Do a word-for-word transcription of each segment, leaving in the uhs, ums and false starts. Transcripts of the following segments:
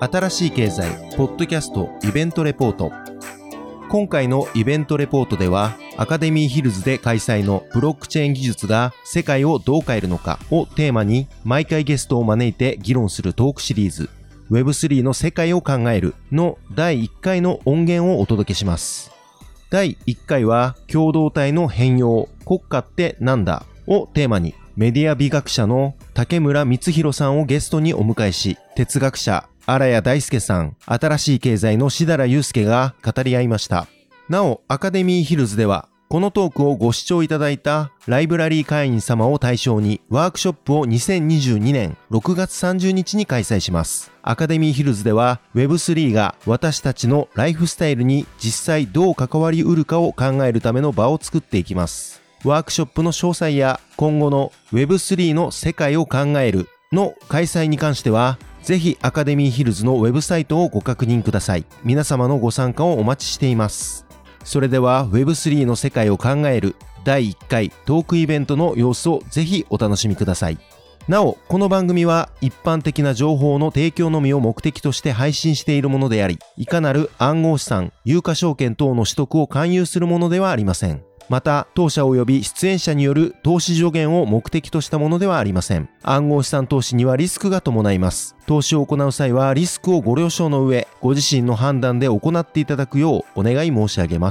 新しい経済ポッドキャストイベントレポート。今回のイベントレポートでは、アカデミーヒルズで開催のブロックチェーン技術が世界をどう変えるのかをテーマに、毎回ゲストを招いて議論するトークシリーズ ウェブスリー の世界を考えるのだいいっかいの音源をお届けします。だいいっかいは共同体の変容、国家ってなんだをテーマに、メディア美学者の竹村光弘さんをゲストにお迎えし、哲学者荒谷大輔さん、新しい経済の志田祐介が語り合いました。なお、アカデミーヒルズでは、このトークをご視聴いただいたライブラリー会員様を対象にワークショップをにせんにじゅうにねんろくがつさんじゅうにちに開催します。アカデミーヒルズでは ウェブスリー が私たちのライフスタイルに実際どう関わりうるかを考えるための場を作っていきます。ワークショップの詳細や今後の ウェブスリー の世界を考えるの開催に関しては、ぜひアカデミーヒルズのウェブサイトをご確認ください。皆様のご参加をお待ちしています。それでは ウェブスリー の世界を考えるだいいっかいトークイベントの様子をぜひお楽しみください。なお、この番組は一般的な情報の提供のみを目的として配信しているものであり、いかなる暗号資産、有価証券等の取得を勧誘するものではありません。また、当社及び出演者による投資助言を目的としたものではありません。暗号資産投資にはリスクが伴います。投資を行う際はリスクをご了承の上、ご自身の判断で行っていただくようお願い申し上げます。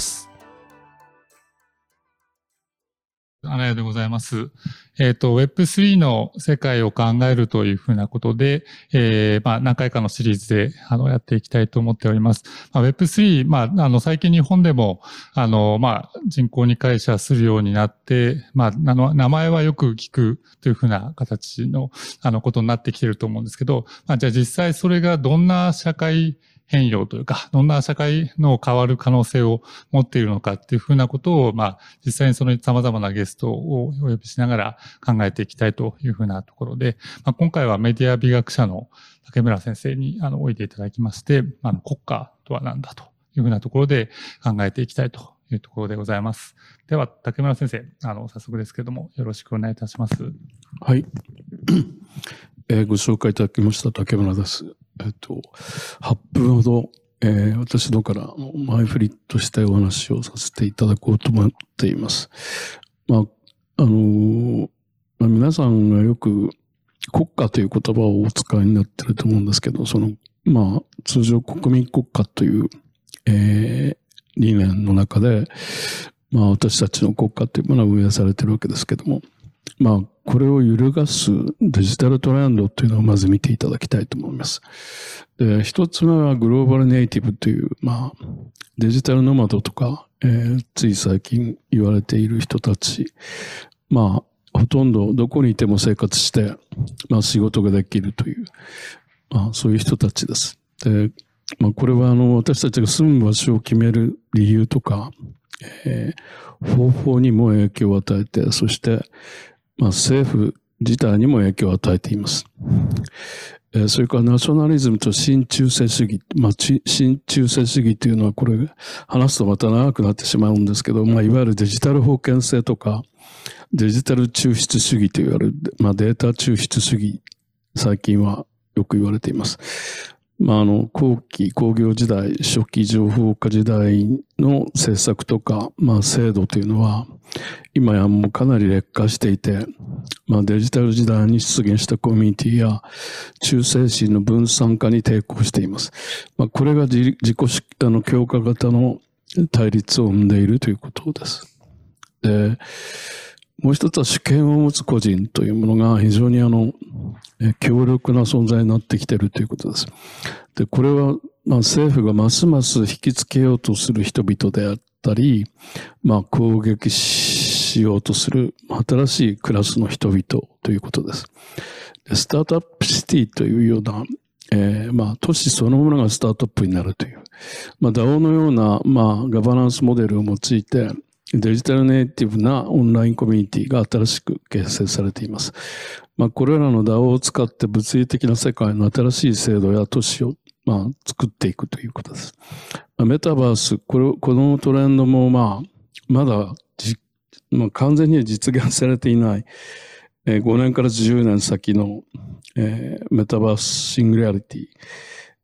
荒谷でございます。えっと、ウェブスリー の世界を考えるというふうなことで、えー、まあ、何回かのシリーズで、あの、やっていきたいと思っております。まあ、ウェブスリー、まあ、あの、最近日本でも、あの、まあ、人口に会社するようになって、まあ、あの、名前はよく聞くというふうな形の、あの、ことになってきていると思うんですけど、まあ、じゃあ実際それがどんな社会変容というか、どんな社会の変わる可能性を持っているのかっていうふうなことを、まあ、実際にその様々なゲストをお呼びしながら考えていきたいというふうなところで、まあ、今回はメディア美学者の竹村先生にあのおいでいただきまして、あの国家とは何だというふうなところで考えていきたいというところでございます。では、竹村先生、あの、早速ですけれども、よろしくお願いいたします。 はい。えー、ご紹介いただきました竹村です。えっと、はっぷんほど、えー、私の方から前振りとしてお話をさせていただこうと思っています。まあ、あのーまあ、皆さんがよく国家という言葉をお使いになっていると思うんですけど、その、まあ、通常国民国家という、えー、理念の中で、まあ、私たちの国家というものは運営されているわけですけども、まあ、これを揺るがすデジタルトレンドというのをまず見ていただきたいと思います。で、一つ目はグローバルネイティブという、まあ、デジタルノマドとか、えー、つい最近言われている人たち、まあ、ほとんどどこにいても生活して、まあ、仕事ができるという、まあ、そういう人たちです。で、まあ、これはあの、私たちが住む場所を決める理由とか、えー、方法にも影響を与えて、そして、まあ、政府自体にも影響を与えています。えー、それからナショナリズムと新中世主義。まあ、新中世主義というのはこれ話すとまた長くなってしまうんですけど、まあ、いわゆるデジタル封建制とかデジタル抽出主義といわれる、まあ、データ抽出主義、最近はよく言われています。まあ、あの、後期工業時代、初期情報化時代の政策とか、まあ、制度というのは、今やもうかなり劣化していて、まあ、デジタル時代に出現したコミュニティや忠誠心の分散化に抵抗しています。まあ、これが自己あの強化型の対立を生んでいるということです。で、もう一つは主権を持つ個人というものが非常にあの、強力な存在になってきているということです。で、これは、まあ、政府がますます引きつけようとする人々であったり、まあ、攻撃しようとする新しいクラスの人々ということです。で、スタートアップシティというような、えー、まあ、都市そのものがスタートアップになるという、まあ、ダオ のような、まあ、ガバナンスモデルを用いて、デジタルネイティブなオンラインコミュニティが新しく形成されています。まあ、これらの ダオ を使って物理的な世界の新しい制度や都市を、まあ、作っていくということです。まあ、メタバース、これ、このトレンドも、まあ、まだじ、まあ、完全には実現されていない、えー、ごねんからじゅうねん先の、えー、メタバースシングリアリティ、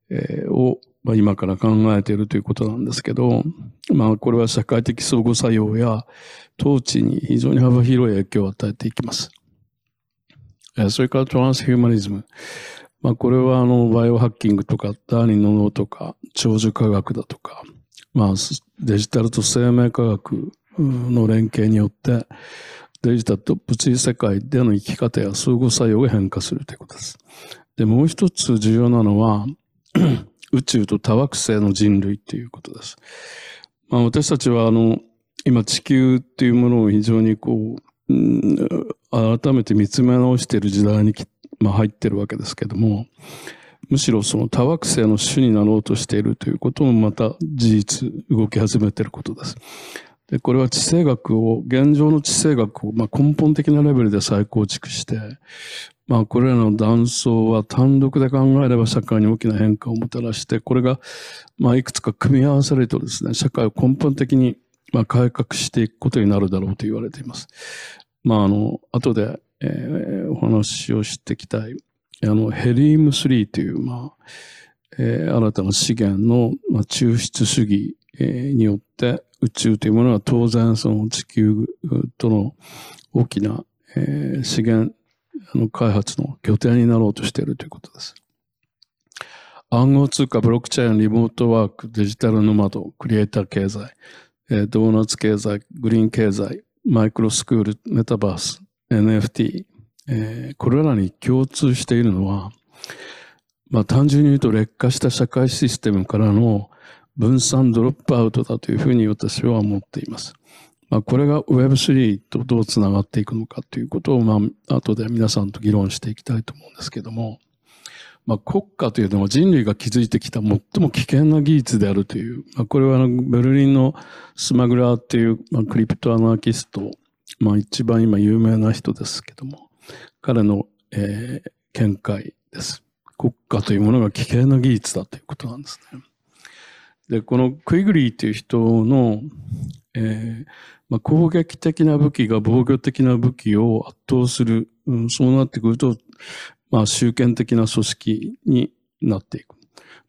えー、を、まあ、今から考えているということなんですけど、まあ、これは社会的相互作用や統治に非常に幅広い影響を与えていきます。えー、それからトランスヒューマニズム。まあ、これはあの、バイオハッキングとか、ダーニンの脳とか、長寿科学だとか、まあ、デジタルと生命科学の連携によって、デジタルと物理世界での生き方や相互作用が変化するということです。で、もう一つ重要なのは、宇宙と多惑星の人類ということです。まあ、私たちはあの、今地球っていうものを非常にこう、うん、改めて見つめ直している時代に、まあ、入ってるわけですけども、むしろその多惑星の種になろうとしているということもまた事実動き始めていることです。で、これは地政学を、現状の地政学を、まあ、根本的なレベルで再構築して、まあ、これらの断層は単独で考えれば社会に大きな変化をもたらして、これが、まあ、いくつか組み合わされるとですね、社会を根本的に、まあ、改革していくことになるだろうと言われています。まあ、あの、後で、えー、お話をしていきたい、あの、ヘリウムスリーという、まあ、えー、新たな資源の、まあ、抽出主義、えー、によって、宇宙というものは当然その地球との大きな、えー、資源の開発の拠点になろうとしているということです。暗号通貨、ブロックチェーン、リモートワーク、デジタルノマド、クリエイター経済、えー、ドーナツ経済、グリーン経済、マイクロスクール、メタバース、エヌエフティー、えー、これらに共通しているのは、まあ単純に言うと劣化した社会システムからの分散ドロップアウトだというふうに私は思っています。まあ、これが ウェブスリー とどうつながっていくのかということを、まあ、後で皆さんと議論していきたいと思うんですけども、まあ、国家というのは人類が築いてきた最も危険な技術であるという、まあ、これはあのベルリンのスマグラーという、まあ、クリプトアナーキスト、まあ、一番今有名な人ですけども、彼の、えー、見解です。国家というものが危険な技術だということなんですね。で、このクイグリーという人の、えーまあ、攻撃的な武器が防御的な武器を圧倒する、うん、そうなってくると、まあ、集権的な組織になっていく。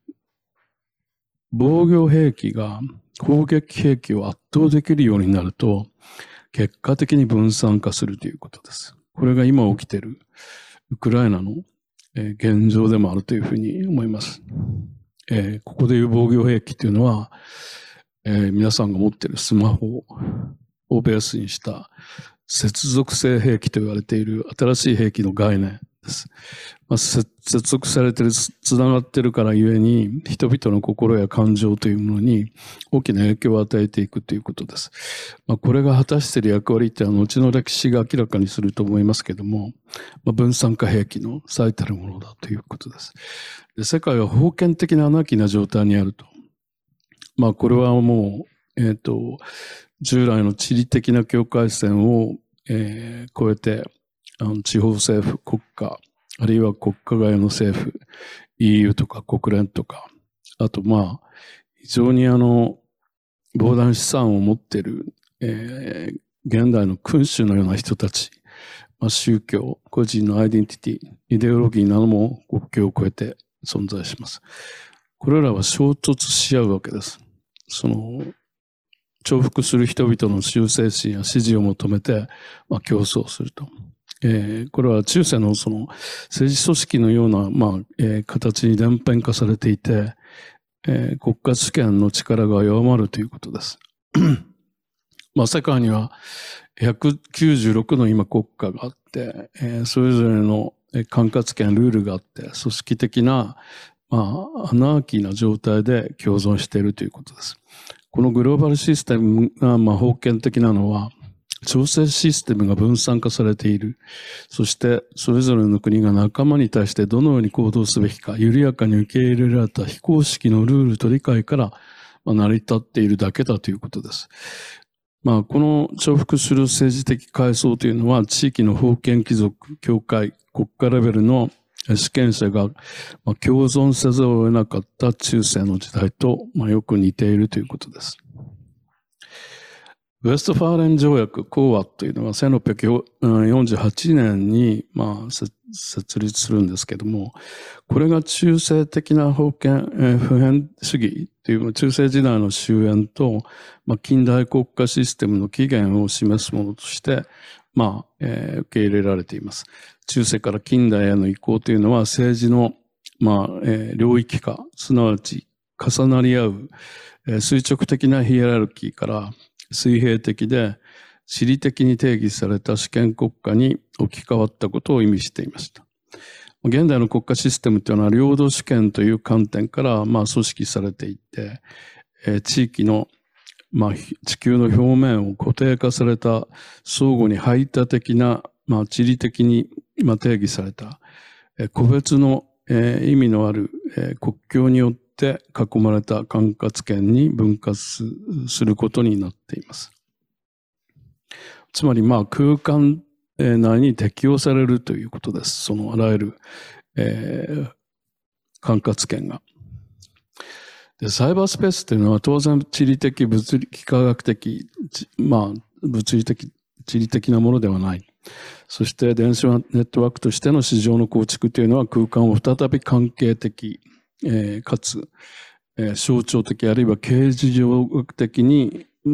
防御兵器が攻撃兵器を圧倒できるようになると、結果的に分散化するということです。これが今起きているウクライナの現状でもあるというふうに思います。えー、ここでいう防御兵器というのは、えー、皆さんが持っているスマホをベースにした接続性兵器と言われている新しい兵器の概念です。まあ、接続されている、つながっているからゆえに、人々の心や感情というものに大きな影響を与えていくということです。まあ、これが果たしている役割って後の歴史が明らかにすると思いますけども、まあ、分散化兵器の最たるものだということです。で、世界は封建的なアナーキーな状態にあると。まあ、これはもう、えっと、従来の地理的な境界線を、えー、超えて、あの地方政府、国家、あるいは国家外の政府、イーユー とか国連とか、あとまあ、非常にあの、膨大資産を持っている、えー、現代の君主のような人たち、まあ、宗教、個人のアイデンティティ、イデオロギーなども国境を越えて存在します。これらは衝突し合うわけです。その、重複する人々の忠誠心や支持を求めて、まあ、競争すると。えー、これは中世のその政治組織のような、まあえー、形に伝編化されていて、えー、国家主権の力が弱まるということです。まあ、世界にはひゃくきゅうじゅうろくの今国家があって、えー、それぞれの管轄権、ルールがあって、組織的な、まあ、アナーキーな状態で共存しているということです。このグローバルシステムが、まあ、封建的なのは、調整システムが分散化されている。そして、それぞれの国が仲間に対してどのように行動すべきか、緩やかに受け入れられた非公式のルールと理解から、まあ、成り立っているだけだということです。まあ、この重複する政治的階層というのは、地域の封建貴族、教会、国家レベルの主権者が共存せざるを得なかった中世の時代とよく似ているということです。 ウェストファーレン条約講和というのはせんろっぴゃくよんじゅうはちねんに、まあ、設立するんですけども、これが中世的な封建、えー、普遍主義という中世時代の終焉と、まあ、近代国家システムの起源を示すものとして、まあえー、受け入れられています。中世から近代への移行というのは政治の、まあえー、領域化、すなわち重なり合う、えー、垂直的なヒエラルキーから水平的で地理的に定義された主権国家に置き換わったことを意味していました。現代の国家システムというのは領土主権という観点からまあ組織されていて、えー、地域のまあ、地球の表面を固定化された相互に排他的な、まあ、地理的に、まあ、定義された、えー、個別の、えー、意味のある、えー、国境によって囲まれた管轄権に分割することになっています。つまり、まあ、空間内に適用されるということです。そのあらゆる、えー、管轄権が。でサイバースペースというのは当然地理的、物理科学的、まあ物理的、地理的なものではない。そして電子ネットワークとしての市場の構築というのは空間を再び関係的、えー、かつ、えー、象徴的あるいは形事上学的に、うん、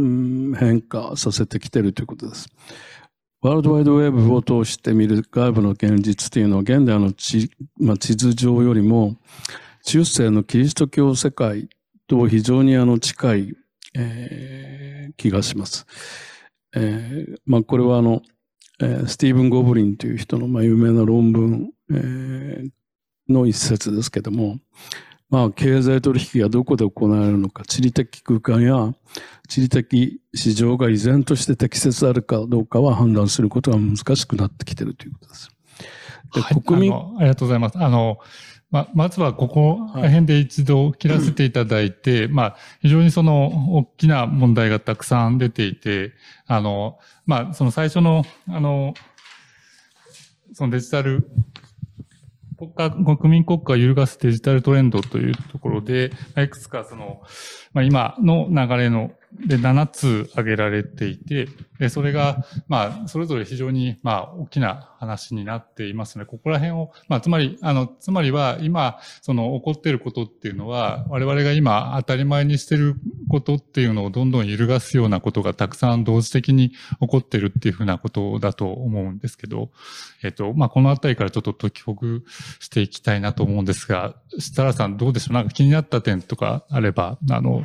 変化させてきているということです。ワールドワイドウェブを通して見る外部の現実というのは現代の地、まあ、地図上よりも中世のキリスト教世界と非常にあの近い、えー、気がします。えー、まあこれはあの、えー、スティーブン・ゴブリンという人のまあ有名な論文、えー、の一節ですけども、まあ経済取引がどこで行われるのか、地理的空間や地理的市場が依然として適切であるかどうかは判断することが難しくなってきているということです。で、 はい、 国民、 あの、ありがとうございます。あのま、まずはここら辺で一度切らせていただいて、はい、まあ、非常にその大きな問題がたくさん出ていて、あの、まあ、その最初の、あの、そのデジタル、国家、国民国家を揺るがすデジタルトレンドというところで、いくつかその、まあ、今の流れの、で、ななつ挙げられていて、で、それが、まあ、それぞれ非常に、まあ、大きな話になっていますので、ここら辺を、まあ、つまり、あの、つまりは、今、その、起こっていることっていうのは、我々が今、当たり前にしていることっていうのをどんどん揺るがすようなことがたくさん同時的に起こっているっていうふうなことだと思うんですけど、えっと、まあ、このあたりからちょっと解きほぐしていきたいなと思うんですが、設楽さんどうでしょう？なんか気になった点とかあれば、あの、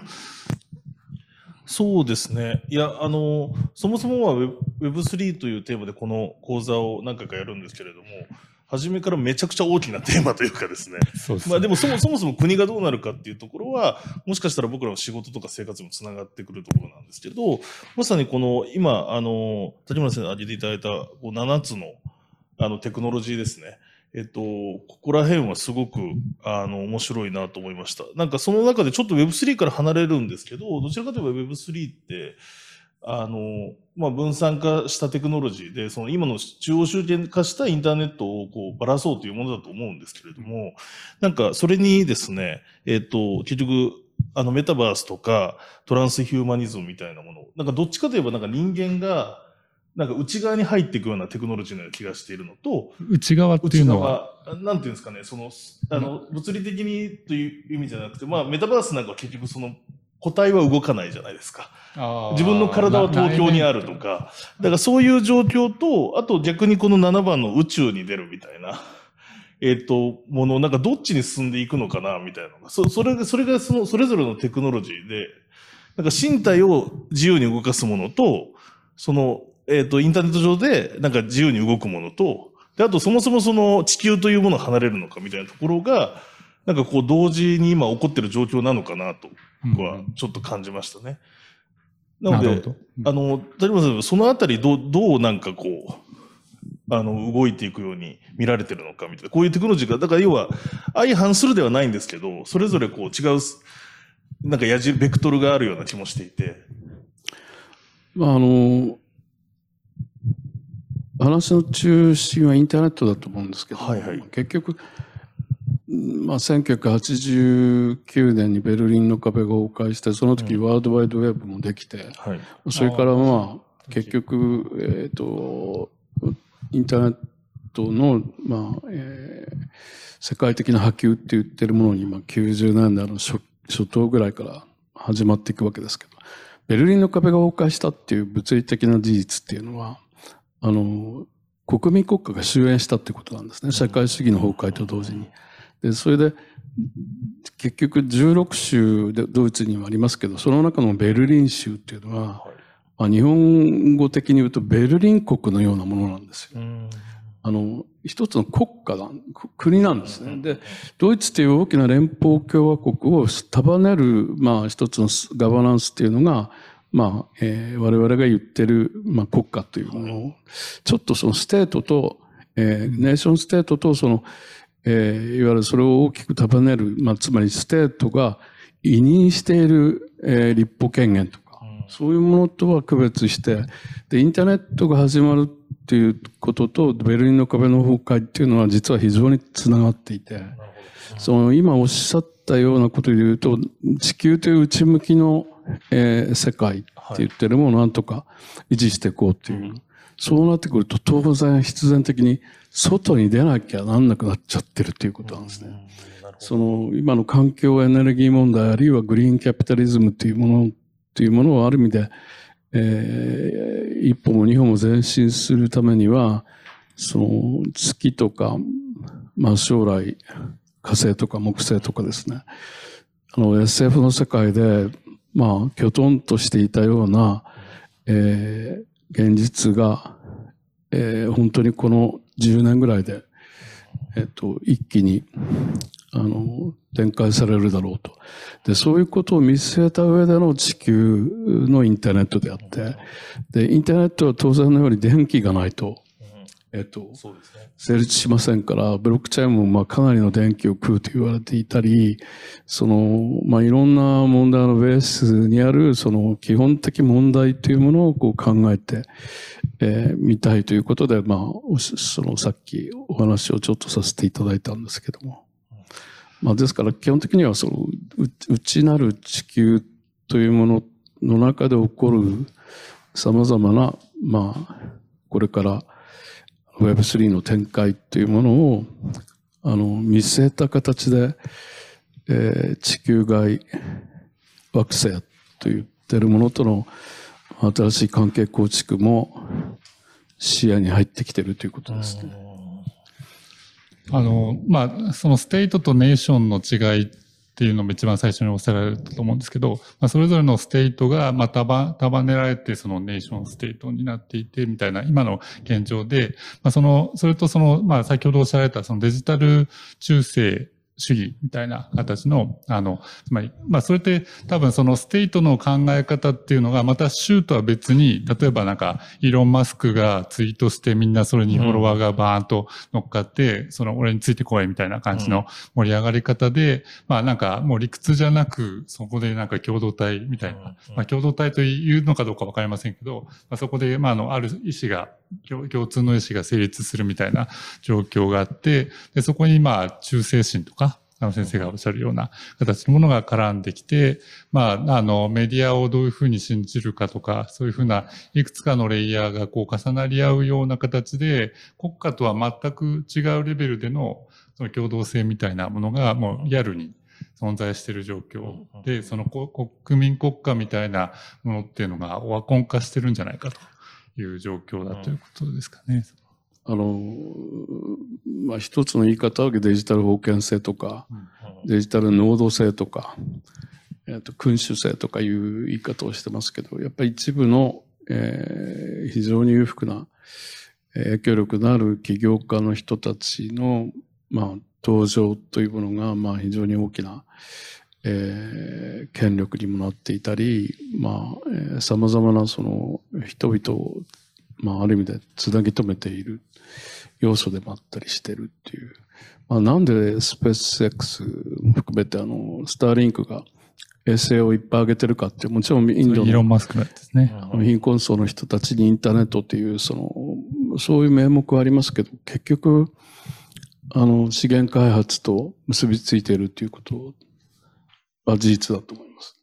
そうですね。いや、あの、そもそもは ウェブスリー というテーマでこの講座を何回かやるんですけれども、初めからめちゃくちゃ大きなテーマというかですね。 そうですね。 まあでもそもそもそも国がどうなるかっていうところは、もしかしたら僕らの仕事とか生活にもつながってくるところなんですけど、まさにこの今、あの、谷村先生に挙げていただいたこうななつのあのテクノロジーですね。えっと、ここら辺はすごく、あの、面白いなと思いました。なんかその中でちょっと ウェブスリー から離れるんですけど、どちらかといえば ウェブスリー って、あの、まあ、分散化したテクノロジーで、その今の中央集権化したインターネットをこうばらそうというものだと思うんですけれども、なんかそれにですね、えっと、結局、あのメタバースとかトランスヒューマニズムみたいなもの、なんかどっちかといえばなんか人間が、なんか内側に入っていくようなテクノロジーのような気がしているのと、 内側っていうのはなんていうんですかね、その、あの、物理的にという意味じゃなくて、まあ、メタバースなんかは結局その、個体は動かないじゃないですか。自分の体は東京にあるとか、だからそういう状況と、あと逆にこのななばんの宇宙に出るみたいな、えっと、もの、なんかどっちに進んでいくのかな、みたいなのが、そ、それが、それがその、それぞれのテクノロジーで、なんか身体を自由に動かすものと、その、えっと、インターネット上で、なんか自由に動くものと、で、あとそもそもその地球というものを離れるのかみたいなところが、なんかこう同時に今起こってる状況なのかなと、僕はちょっと感じましたね。うん、なので、うん、あの、谷村さん、そのあたりどう、どうなんかこう、あの、動いていくように見られてるのかみたいな、こういうテクノロジーが、だから要は相反するではないんですけど、それぞれこう違う、なんか矢印、ベクトルがあるような気もしていて。 まあ、あの、話の中心はインターネットだと思うんですけど、はいはい、結局まあ、せんきゅうひゃくはちじゅうきゅうねんにベルリンの壁が崩壊して、その時ワールドワイドウェブもできて、はい、それからまあ、結局、えっと、インターネットの、まあ、えー、世界的な波及って言ってるものに、まあ、きゅうじゅうねんだいの 初, 初頭ぐらいから始まっていくわけですけど、ベルリンの壁が崩壊したっていう物理的な事実っていうのは、あの、国民国家が終焉したってことなんですね。社会主義の崩壊と同時に。で、それで、結局じゅうろく州でドイツにはありますけど、その中のベルリン州っていうのは、はい、まあ、日本語的に言うとベルリン国のようなものなんですよ。あの、一つの国家だ、国なんですね。で、ドイツという大きな連邦共和国を束ねる、まあ一つのガバナンスっていうのが、まあ、えー、我々が言ってる、まあ国家というものを、ちょっとそのステートと、えー、ネーションステートとその、えー、いわゆるそれを大きく束ねる、まあつまりステートが委任している、えー、立法権限とか、そういうものとは区別して、で、インターネットが始まるっていうことと、ベルリンの壁の崩壊っていうのは実は非常につながっていて、その今おっしゃったようなことで言うと、地球という内向きの、えー、世界って言ってるものをなんとか維持していこうっていう。はい、そうなってくると当然必然的に外に出なきゃなんなくなっちゃってるっていうことなんですね。その今の環境エネルギー問題あるいはグリーンキャピタリズムっていうものっていうものをある意味で、えー、一歩も二歩も前進するためには、その月とか、まあ将来火星とか木星とかですね、あの エスエフ の世界で、まあ、きょとんとしていたような、えー、現実が、えー、本当にこのじゅうねんぐらいで、えっと、一気に、あの、展開されるだろうと。で、そういうことを見据えた上での地球のインターネットであって、で、インターネットは当然のように電気がないと、えっと、そうですね、成立しませんから、ブロックチェーンもまあかなりの電気を食うと言われていたり、その、まあいろんな問題のベースにある、その基本的問題というものをこう考えて、えー、みたいということで、まあ、そのさっきお話をちょっとさせていただいたんですけども。まあですから基本的にはその、内なる地球というものの中で起こる様々な、まあ、これから、ウェブスリー の展開というものを、あの、見据えた形で、えー、地球外惑星と言ってるものとの新しい関係構築も視野に入ってきているということですね。 あの、まあ、そのステートとネーションの違いっていうのも一番最初におっしゃられたと思うんですけど、まあ、それぞれのステートが、まあ、束、束ねられて、そのネーションステートになっていて、みたいな、今の現状で、まあ、その、それとその、まあ、先ほどおっしゃられた、そのデジタル中世主義みたいな形の、あの、つまり、まあ、それって多分そのステートの考え方っていうのが、また州とは別に、例えばなんか、イーロン・マスクがツイートしてみんなそれにフォロワーがバーンと乗っかって、うん、その俺についてこいみたいな感じの盛り上がり方で、うん、まあなんかもう理屈じゃなく、そこでなんか共同体みたいな、うん、まあ共同体というのかどうかわかりませんけど、まあ、そこで、まああの、ある意思が、共通の意思が成立するみたいな状況があって、で、そこにまあ忠誠心とか、あの先生がおっしゃるような形のものが絡んできて、まあ、あの、メディアをどういうふうに信じるかとか、そういうふうないくつかのレイヤーがこう重なり合うような形で、国家とは全く違うレベルでのその共同性みたいなものがもうリアルに存在している状況で、その国民国家みたいなものっていうのがオワコン化してるんじゃないかという状況だということですかね。 あの、まあ、一つの言い方はデジタル封建制とか、デジタル濃度制とか、えっと、君主制とかいう言い方をしてますけど、やっぱり一部の、えー、非常に裕福な影響力のある起業家の人たちの、まあ、登場というものが、まあ、非常に大きな、えー、権力にもなっていたり、まあ、えー、様々なその人々をまあ、ある意味でつなぎ止めている要素でもあったりしてるっていう。まあ、なんでスペース X も含めてあの、スターリンクが衛星をいっぱい上げてるかって、もちろんインドのイーロン・マスクのやつですね。 貧困層の人たちにインターネットっていう、その、そういう名目はありますけど、結局、 あの、資源開発と結びついているということは事実だと思います。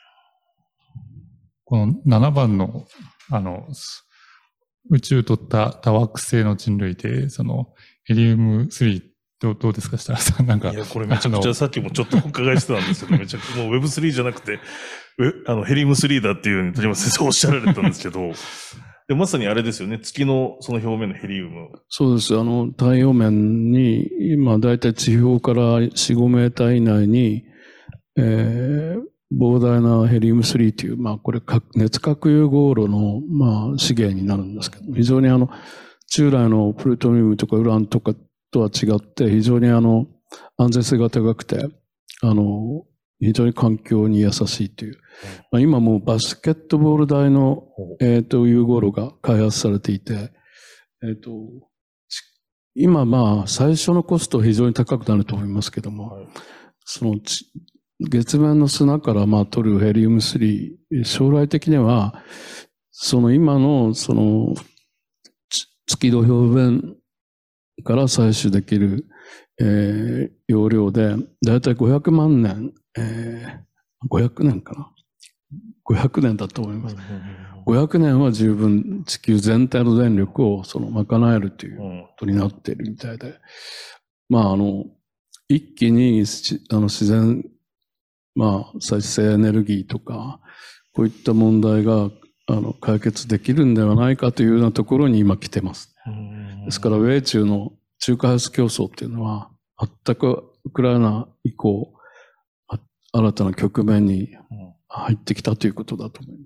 このななばんの、あの、宇宙取った多惑星の人類で、その、ヘリウムスリー、どう、どうですか、設楽さん。なんか。 いや、これめちゃくちゃさっきもちょっとお伺いしてたんですけど、めちゃくちゃもう ウェブスリー じゃなくて、あの、ヘリウムスリーだっていうふうに田島先生おっしゃられたんですけど、でまさにあれですよね、月のその表面のヘリウム。 そうです。あの、太陽面に、今、だいたい地表からよん、ごメーター以内に、えー、膨大なヘリウムスリーという、まあ、これ、熱核融合炉の、まあ、資源になるんですけど、非常にあの、従来のプルトニウムとかウランとかとは違って、非常にあの、安全性が高くて、あの、非常に環境に優しいという。まあ、今もうバスケットボール大の、えっと、融合炉が開発されていて、えっと、今まあ、最初のコストは非常に高くなると思いますけども、その、月面の砂からまあ取るヘリウムスリー、将来的には、その今のその月の表面から採取できる、えー、容量で、だいたいごひゃくまんねん、えー、ごひゃくねんかな。ごひゃくねんだと思います。ごひゃくねんは十分地球全体の電力をその賄えるということになっているみたいで、まああの、一気にあの自然まあ、再生エネルギーとか、こういった問題が、あの、解決できるんではないかというようなところに今来てます。ですから、米中の中華開発競争っていうのは、全くウクライナ以降、新たな局面に入ってきたということだと思います。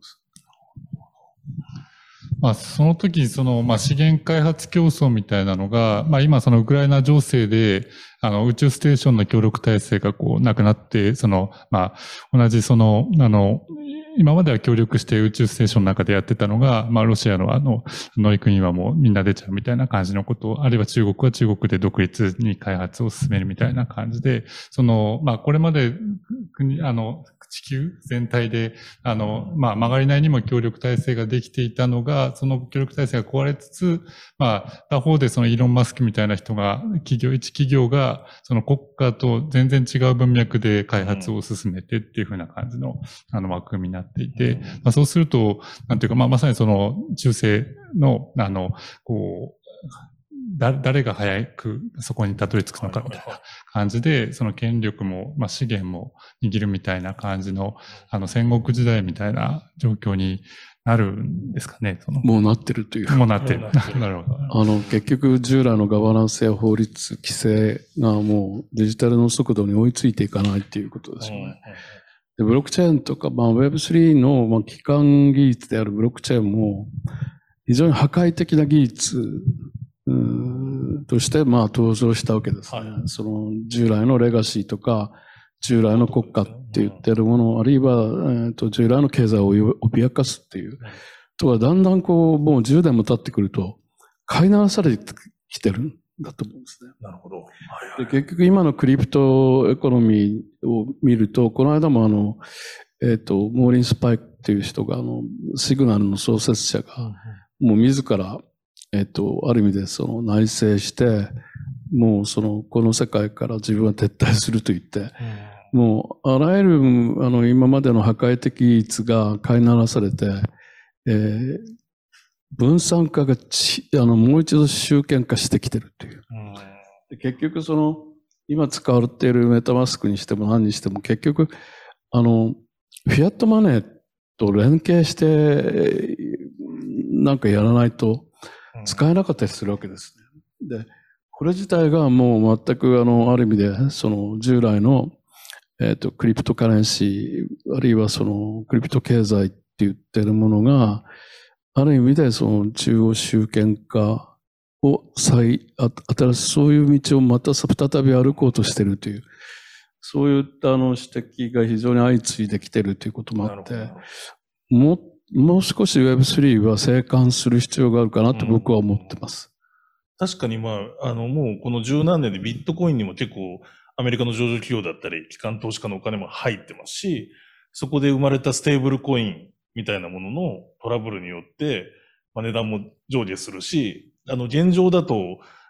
まあ、その時、その、まあ、資源開発競争みたいなのが、まあ、今、そのウクライナ情勢で、あの、宇宙ステーションの協力体制がこう、なくなって、その、まあ、同じその、あの、今までは協力して宇宙ステーションの中でやってたのが、まあ、ロシアのあの、乗組はもうみんな出ちゃうみたいな感じのこと、あるいは中国は中国で独立に開発を進めるみたいな感じで、その、まあ、これまで国、あの、地球全体で、あの、まあ、曲がりなりにも協力体制ができていたのが、その協力体制が壊れつつ、まあ、他方でそのイーロン・マスクみたいな人が、企業、一企業が、その国家と全然違う文脈で開発を進めてっていう風な感じの、あの、枠組みになっていて、まあ、そうすると、なんていうか、まあ、まさにその、中世の、あの、こう、だ誰が早くそこにたどり着くのかみたいな感じで、その権力も、まあ、資源も握るみたいな感じの、あの戦国時代みたいな状況になるんですかね。そのもうなってるという。 もうなってる。なるほど。 あの、結局従来のガバナンスや法律、規制がもうデジタルの速度に追いついていかないっていうことですよね。でブロックチェーンとか、まあ、ウェブスリー の、まあ、基幹技術であるブロックチェーンも非常に破壊的な技術として、まあ、登場したわけですね。はい、その従来のレガシーとか、従来の国家って言ってるもの、あるいは、えー、と従来の経済を脅かすっていう。とは、だんだんこう、もうじゅうねんも経ってくると、飼いならされてきてるんだと思うんですね。 なるほど。はいはい、で結局、今のクリプトエコノミーを見ると、この間もあの、えっ、ー、と、モーリン・スパイクっていう人が、あの、シグナルの創設者が、もう自ら、えっと、ある意味でその内省して、もうその、この世界から自分は撤退すると言って、うん、もう、あらゆる、あの、今までの破壊的技術が飼いならされて、えー、分散化がち、あの、もう一度集権化してきてるという。うん、結局その、今使われているメタマスクにしても何にしても、結局、あの、フィアットマネーと連携して、なんかやらないと、使えなかったりするわけですね。で、これ自体がもう全くあの、ある意味で、その従来の、えっと、クリプトカレンシー、あるいはそのクリプト経済って言ってるものが、ある意味でその中央集権化を再、新しい、そういう道をまた再び歩こうとしているという、そういったあの指摘が非常に相次いできているということもあって、もっもう少し ウェブスリー は静観する必要があるかなと僕は思ってます。 うん、確かにまあ、あのもうこの十何年でビットコインにも結構アメリカの上場企業だったり、機関投資家のお金も入ってますし、そこで生まれたステーブルコインみたいなもののトラブルによって、まあ、値段も上下するし、あの現状だと、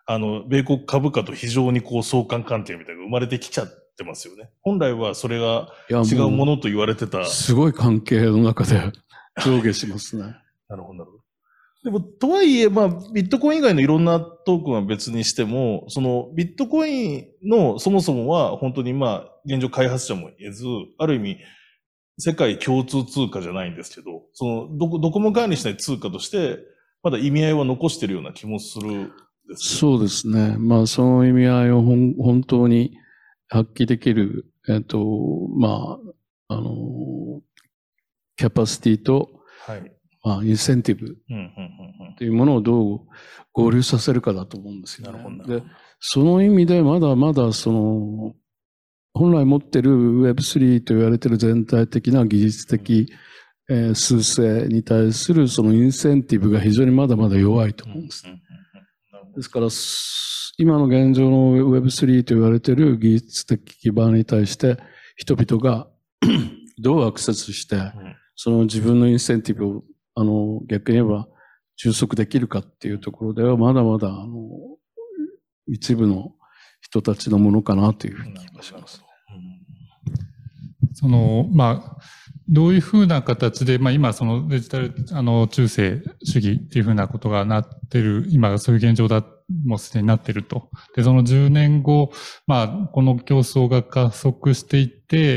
あの、米国株価と非常にこう相関関係みたいなのが生まれてきちゃってますよね。本来はそれが違うものと言われてた。 すごい関係の中で上下しますね。 なるほど、なるほど。でも、とはいえ、まあ、ビットコイン以外のいろんなトークンは別にしても、その、ビットコインのそもそもは、本当にまあ、現状開発者も言えず、ある意味、世界共通通貨じゃないんですけど、その、どこ、どこも管理しない通貨として、まだ意味合いは残してるような気もするんです、ね。 そうですね。まあ、その意味合いをほん本当に発揮できる、えっと、まあ、あの、キャパシティと、はい。まあ、インセンティブというものをどう合流させるかだと思うんですよね。なるほど。で、その意味でまだまだその、本来持ってる ウェブスリー と言われている全体的な技術的、うんえー、数勢に対するそのインセンティブが非常にまだまだ弱いと思うんです。ですから、今の現状の ウェブスリー と言われている技術的基盤に対して人々がどうアクセスして、その自分のインセンティブをあの、逆に言えば、収束できるかっていうところでは、まだまだ、あの、一部の人たちのものかなというふうに気がします。 その、まあ、どういうふうな形で、まあ今、そのデジタル、あの、中世主義っていうふうなことがなってる、今、そういう現状だ、もうすでになってると。で、そのじゅうねんご、まあ、この競争が加速していって、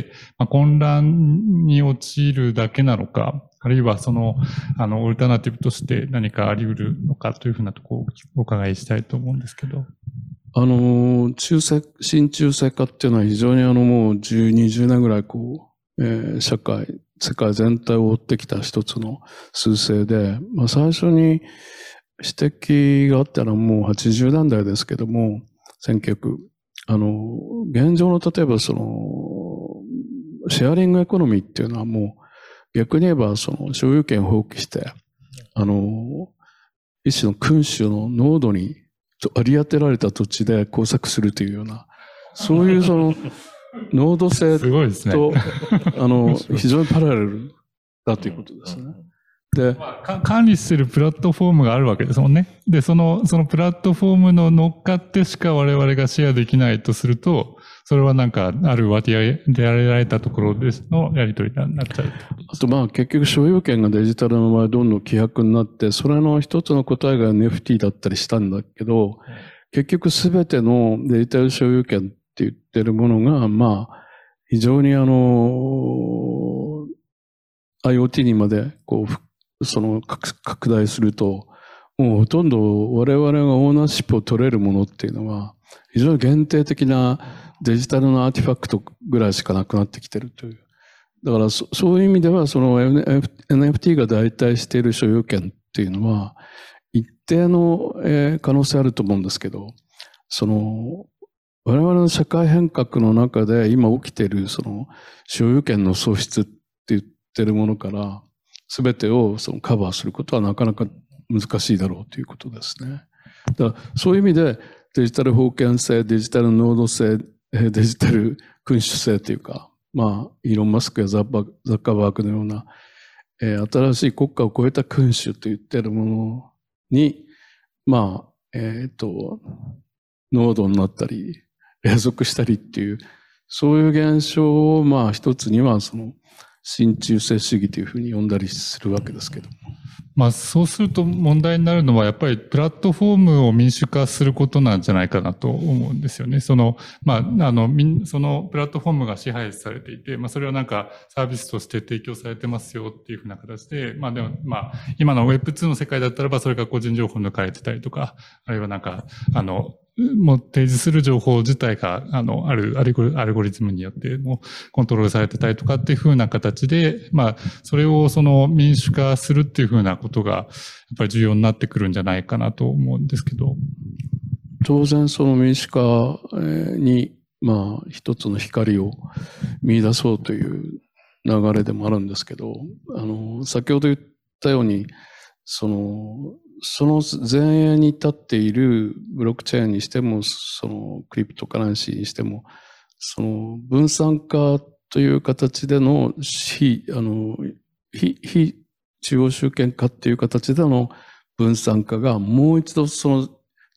まあ、混乱に陥るだけなのか、あるいはその、あの、オルタナティブとして何かあり得るのかというふうなところをお伺いしたいと思うんですけど。 あの、中世、新中世化っていうのは非常にあのもうじゅう、にじゅうねんぐらいこう、えー、社会、世界全体を追ってきた一つの趨勢で、まあ最初に指摘があったのはもうはちじゅうねんだいですけども、せんきゅうひゃく、あの、現状の例えばその、シェアリングエコノミーっていうのはもう、逆に言えば、その、所有権を放棄して、あの、一種の君主の濃度に割り当てられた土地で工作するというような、そういうその、濃度性と、ね、あの、非常にパラレルだということですね。で、 まあ、管理しているプラットフォームがあるわけですもんね。で、その、そのプラットフォームの乗っかってしか我々がシェアできないとすると、それはなんか、ある割り当てられたところでのやり取りになっちゃう。 あとまあ結局所有権がデジタルの場合どんどん希薄になって、それの一つの答えが エヌエフティー だったりしたんだけど、うん、結局すべてのデジタル所有権って言ってるものが、まあ、非常にあの、IoT にまでこう、その拡大すると、もうほとんど我々がオーナーシップを取れるものっていうのは、非常に限定的なデジタルのアーティファクトぐらいしかなくなってきてるという。だからそ、そういう意味では、その エヌエフティー が代替している所有権っていうのは、一定の、えー、可能性あると思うんですけど、その、我々の社会変革の中で今起きている、その、所有権の喪失って言ってるものから、すべてをそのカバーすることはなかなか難しいだろうということですね。だからそういう意味で、デジタル封建性、デジタル濃度性、デジタル君主性というか、まあ、イーロン・マスクやザッバザッカーバーグのような、えー、新しい国家を超えた君主と言っているものに、まあ、えっと、濃度になったり、永続したりっていう、そういう現象を、まあ、一つには、その、新中世主義というふうに呼んだりするわけですけども。 まあ、そうすると問題になるのはやっぱりプラットフォームを民主化することなんじゃないかなと思うんですよね。その、まあ、あの、そのプラットフォームが支配されていて、まあ、それはなんかサービスとして提供されてますよっていうふうな形で、まあでも、まあ、今の ウェブツー の世界だったらばそれが個人情報抜かれてたりとか、あるいはなんか、あの、もう提示する情報自体が、あの、あるアルゴ、アルゴリズムによってもコントロールされてたりとかっていう風な形で、まあ、それをその民主化するっていう風なことが、やっぱり重要になってくるんじゃないかなと思うんですけど。 当然その民主化に、まあ、一つの光を見出そうという流れでもあるんですけど、あの、先ほど言ったように、その、その前衛に立っているブロックチェーンにしても、そのクリプトカレンシーにしても、その分散化という形での非、あの、非、非中央集権化っていう形での分散化がもう一度その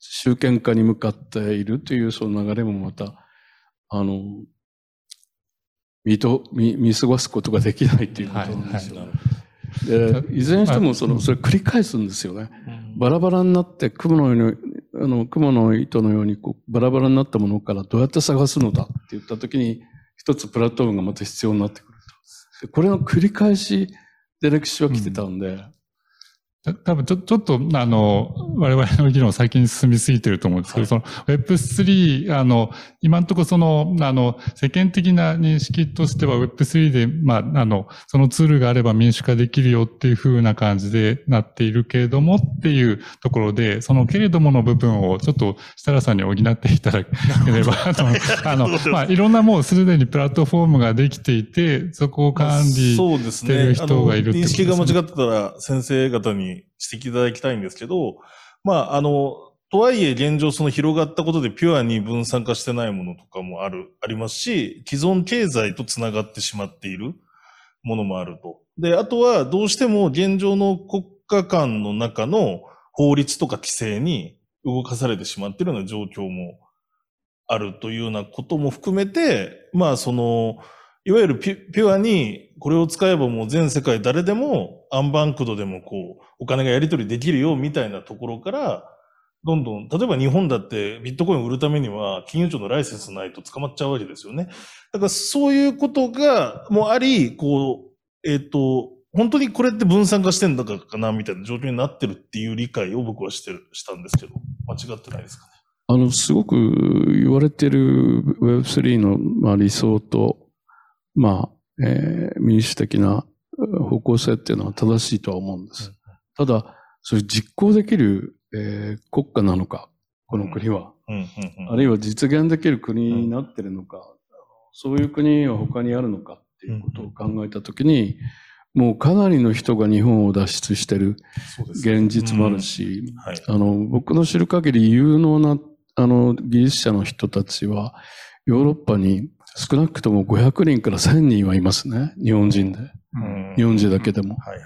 集権化に向かっているというその流れもまた、あの、見と、見、見過ごすことができないということなんですよ。はいはい、で、いずれにしてもその、それ繰り返すんですよね。バラバラになって、雲のように、あの、雲の糸のようにこう、バラバラになったものからどうやって探すのだって言ったときに、一つプラットフォームがまた必要になってくると。これの繰り返しで歴史は来てたんで、うん多分ちょ、ちょっと、あの、我々の議論先に進みすぎてると思うんですけど、はい、その ウェブスリー、あの、今のところその、あの、世間的な認識としては ウェブスリー で、まあ、あの、そのツールがあれば民主化できるよっていう風な感じでなっているけれどもっていうところで、そのけれどもの部分をちょっと設楽さんに補っていただければ、あの、まあ、いろんなもうすでにプラットフォームができていて、そこを管理している人がいるってことですね。 認識が間違ってたら先生方に指摘いただきたいんですけど、まあ、あの、とはいえ現状その広がったことでピュアに分散化してないものとかもある、ありますし、既存経済とつながってしまっているものもあると。で、あとはどうしても現状の国家間の中の法律とか規制に動かされてしまっているような状況もあるというようなことも含めて、まあその、いわゆるピュ、ピュアにこれを使えばもう全世界誰でもアンバンクドでもこうお金がやり取りできるよみたいなところからどんどん、例えば日本だってビットコインを売るためには金融庁のライセンスないと捕まっちゃうわけですよね。だからそういうことがもうあり、こう、えっと、本当にこれって分散化してんだかなみたいな状況になってるっていう理解を僕はしてる、したんですけど、間違ってないですかね。 あの、すごく言われてる ウェブスリー の、まあ、理想と、まあ、えー、民主的な方向性っていうのは正しいとは思うんです。ただ、それ実行できる、えー、国家なのか、この国は。あるいは実現できる国になってるのか、そういう国は他にあるのかっていうことを考えたときに、もうかなりの人が日本を脱出してる現実もあるし、はい、あの、僕の知る限り有能な、あの、技術者の人たちは、ヨーロッパに少なくともごひゃくにんからせんにんはいますね。日本人で。日本人だけでも。はいはい、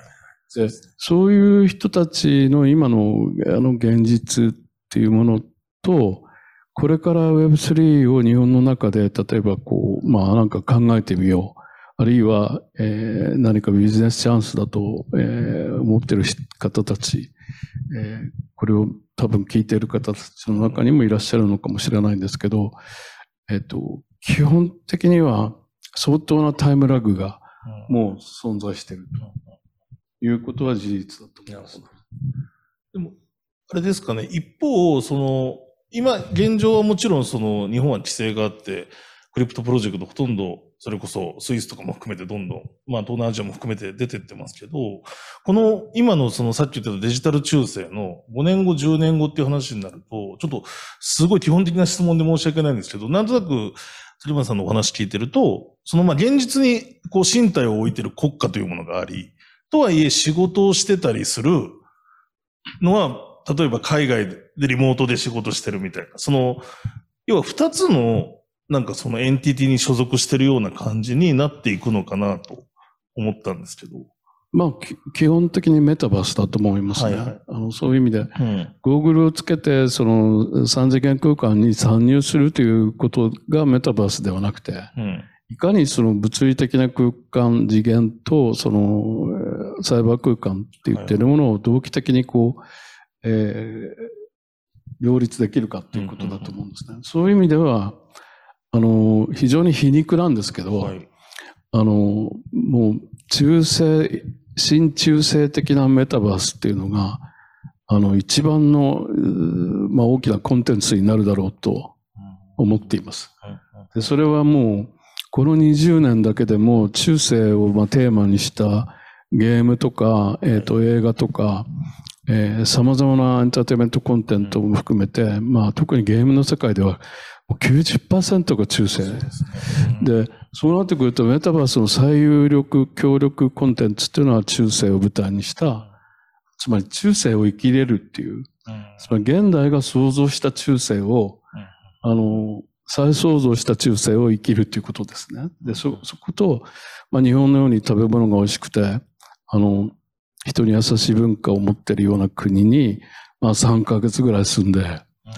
で、そういう人たちの今のあの現実っていうものと、これから ウェブスリー を日本の中で、例えばこう、まあなんか考えてみよう。あるいは、えー、何かビジネスチャンスだと、えー、思っている方たち、えー、これを多分聞いている方たちの中にもいらっしゃるのかもしれないんですけど、えっと、基本的には相当なタイムラグがもう存在しているということは事実だと思います。 でも、あれですかね、一方、その、今、現状はもちろんその日本は規制があって、クリプトプロジェクトほとんど、それこそスイスとかも含めてどんどん、まあ東南アジアも含めて出てってますけど、この今のそのさっき言ったデジタル中世のごねんご、じゅうねんごっていう話になると、ちょっとすごい基本的な質問で申し訳ないんですけど、なんとなく、鶴間さんのお話聞いてると、そのまあ現実にこう身体を置いてる国家というものがあり、とはいえ仕事をしてたりするのは、例えば海外でリモートで仕事してるみたいな、その、要は二つのなんかそのエンティティに所属してるような感じになっていくのかなと思ったんですけど。 まあ、基本的にメタバースだと思いますね。はいはい、あのそういう意味で、うん、ゴーグルをつけて、その三次元空間に参入するということがメタバースではなくて、うん、いかにその物理的な空間次元と、そのサイバー空間って言ってるものを同期的にこう、えー、両立できるかっていうことだと思うんですね。うんうんうん、そういう意味では、あの、非常に皮肉なんですけど、はい、あの、もう中世、新中世的なメタバースっていうのが、あの、一番の、まあ、大きなコンテンツになるだろうと思っています。で、それはもう、このにじゅうねんだけでも中世をまあテーマにしたゲームとか、えっと、映画とか、えー、様々なエンターテインメントコンテンツも含めて、まあ、特にゲームの世界では、きゅうじゅっパーセント が中世。そうですね。で、そうなってくるとメタバースの最有力、強力コンテンツっていうのは中世を舞台にした、つまり中世を生きれるっていう、つまり現代が創造した中世を、あの、再創造した中世を生きるっていうことですね。で、そ、そこと、まあ日本のように食べ物が美味しくて、あの、人に優しい文化を持っているような国に、まあさんかげつぐらい住んで、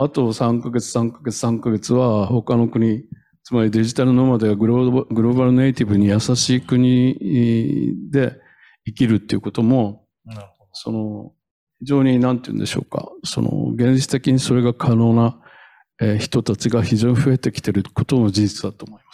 あとさんかげつ、さんかげつ、さんかげつは他の国、つまりデジタルノマドやグローバ、グローバルネイティブに優しい国で生きるっていうことも、その、非常に何て言うんでしょうか、その、現実的にそれが可能な、えー、人たちが非常に増えてきていることも事実だと思います。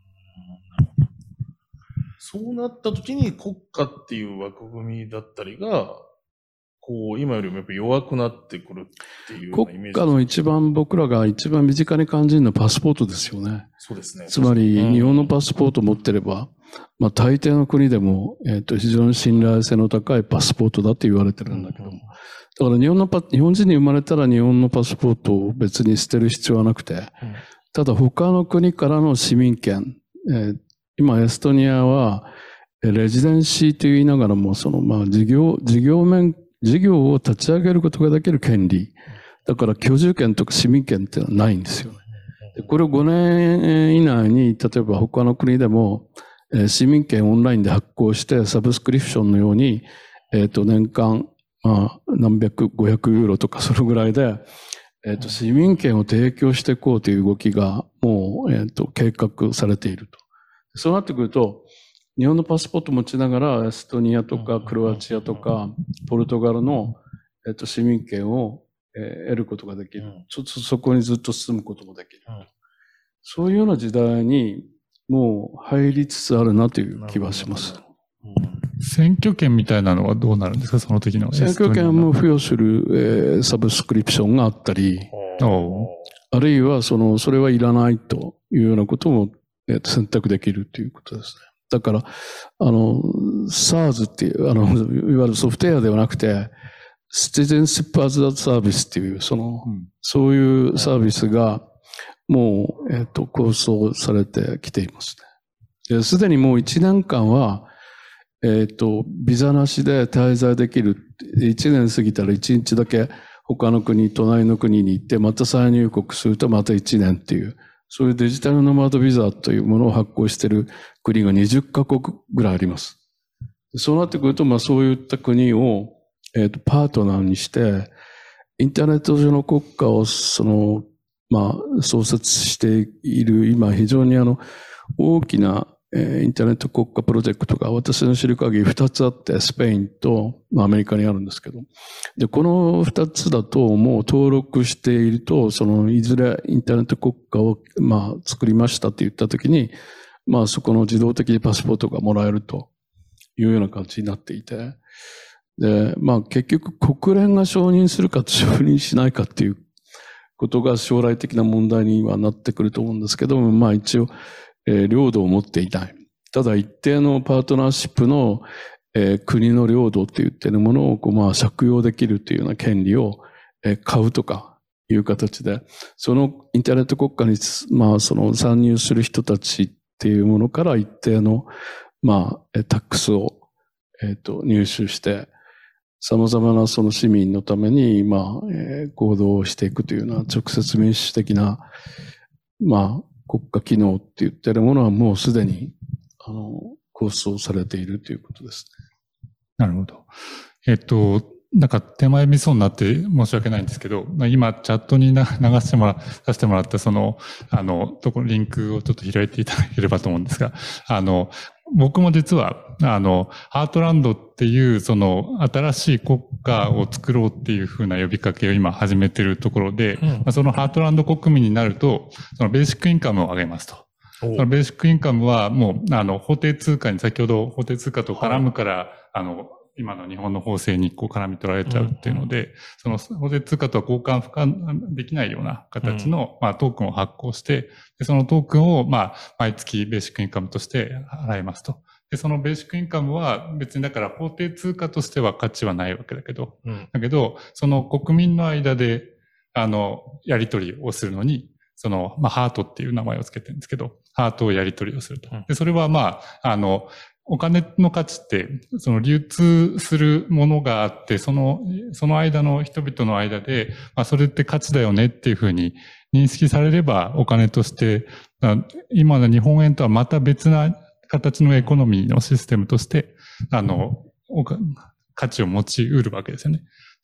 そうなった時に国家っていう枠組みだったりが、こう、今よりもやっぱ弱くなってくるっていうようなイメージ。 国家の一番僕らが一番身近に感じるのはパスポートですよね。 そうですね。 つまり、日本のパスポートを持ってれば、まあ大抵の国でも、えっと、非常に信頼性の高いパスポートだって言われてるんだけども。だから日本のパ、日本人に生まれたら日本のパスポートを別に捨てる必要はなくて、ただ他の国からの市民権、えー、今エストニアは、レジデンシーと言いながらも、その、まあ事業、事業面、事業を立ち上げることができる権利。だから居住権とか市民権っていうのはないんですよね。これをごねん以内に、例えば他の国でも、えー、市民権オンラインで発行してサブスクリプションのように、えっと、年間、まあ、何百、ごひゃくユーロとかそのぐらいで、えっと、市民権を提供していこうという動きがもう、えっと、計画されていると。そうなってくると、日本のパスポート持ちながら、エストニアとかクロアチアとか、ポルトガルの、えっと、市民権を、えー、得ることができる。ちょっとそこにずっと進むこともできる。そういうような時代にもう入りつつあるなという気はします。 選挙権みたいなのはどうなるんですか、その時の。 選挙権も付与する、えー、サブスクリプションがあったり、あるいはその、それはいらないというようなことも、えー、選択できるということですね。だから、あの、SARS っていう、あの、いわゆるソフトウェアではなくて、Citizenship as a Service っていう、その、うん、そういうサービスが、もう、えっと、構想されてきていますね。すでにもういちねんかんは、えっと、ビザなしで滞在できる。いちねん過ぎたらいちにちだけ他の国、隣の国に行って、また再入国するとまたいちねんっていう、そういうデジタルノマドビザというものを発行している国がにじゅっかこくぐらいあります。そうなってくると、まあそういった国を、えっと、パートナーにして、インターネット上の国家を、その、まあ、創設している、今非常にあの、大きな、えー、インターネット国家プロジェクトが私の知る限りふたつあって、スペインと、まあ、アメリカにあるんですけど。で、このふたつだともう登録していると、その、いずれインターネット国家を、まあ、作りましたって言ったときに、まあ、そこの自動的にパスポートがもらえるというような感じになっていて、で、まあ、結局国連が承認するか承認しないかっていうことが将来的な問題にはなってくると思うんですけども、まあ一応、えー、領土を持っていない。ただ一定のパートナーシップの、えー、国の領土って言ってるものをこう、まあ、借用できるというような権利を、えー、買うとかいう形で、そのインターネット国家に、まあ、その参入する人たちっていうものから一定の、まあ、タックスを、えっと、入手して、様々なその市民のために、まあ、えー、行動をしていくというような直接民主的な、まあ、国家機能って言ってるものはもうすでに、あの、構想されているということですね。 なるほど。えっと、なんか手前味噌になって申し訳ないんですけど、今チャットに流してもら、させてもらったその、あの、ところ、リンクをちょっと開いていただければと思うんですが、あの、僕も実は、あの、ハートランドっていう、その、新しい国家を作ろうっていうふうな呼びかけを今始めているところで、うん、そのハートランド国民になると、そのベーシックインカムを上げますと。そのベーシックインカムはもう、あの、法定通貨に、先ほど法定通貨と絡むから、はい、あの、今の日本の法制にこう絡み取られちゃうっていうので、うんうん、その法定通貨とは交換不可できないような形の、うん、まあ、トークンを発行して、でそのトークンを、まあ、毎月ベーシックインカムとして払いますと。で、そのベーシックインカムは別にだから法定通貨としては価値はないわけだけど、うん、だけど、その国民の間で、あの、やり取りをするのに、その、まあ、ハートっていう名前をつけてるんですけど、ハートをやり取りをすると。で、それはまあ、あの、お金の価値って、その流通するものがあって、その、その間の人々の間で、まあそれって価値だよねっていうふうに認識されれば、お金として、今の日本円とはまた別な形のエコノミーのシステムとして、あの、価値を持ち得るわけですよね。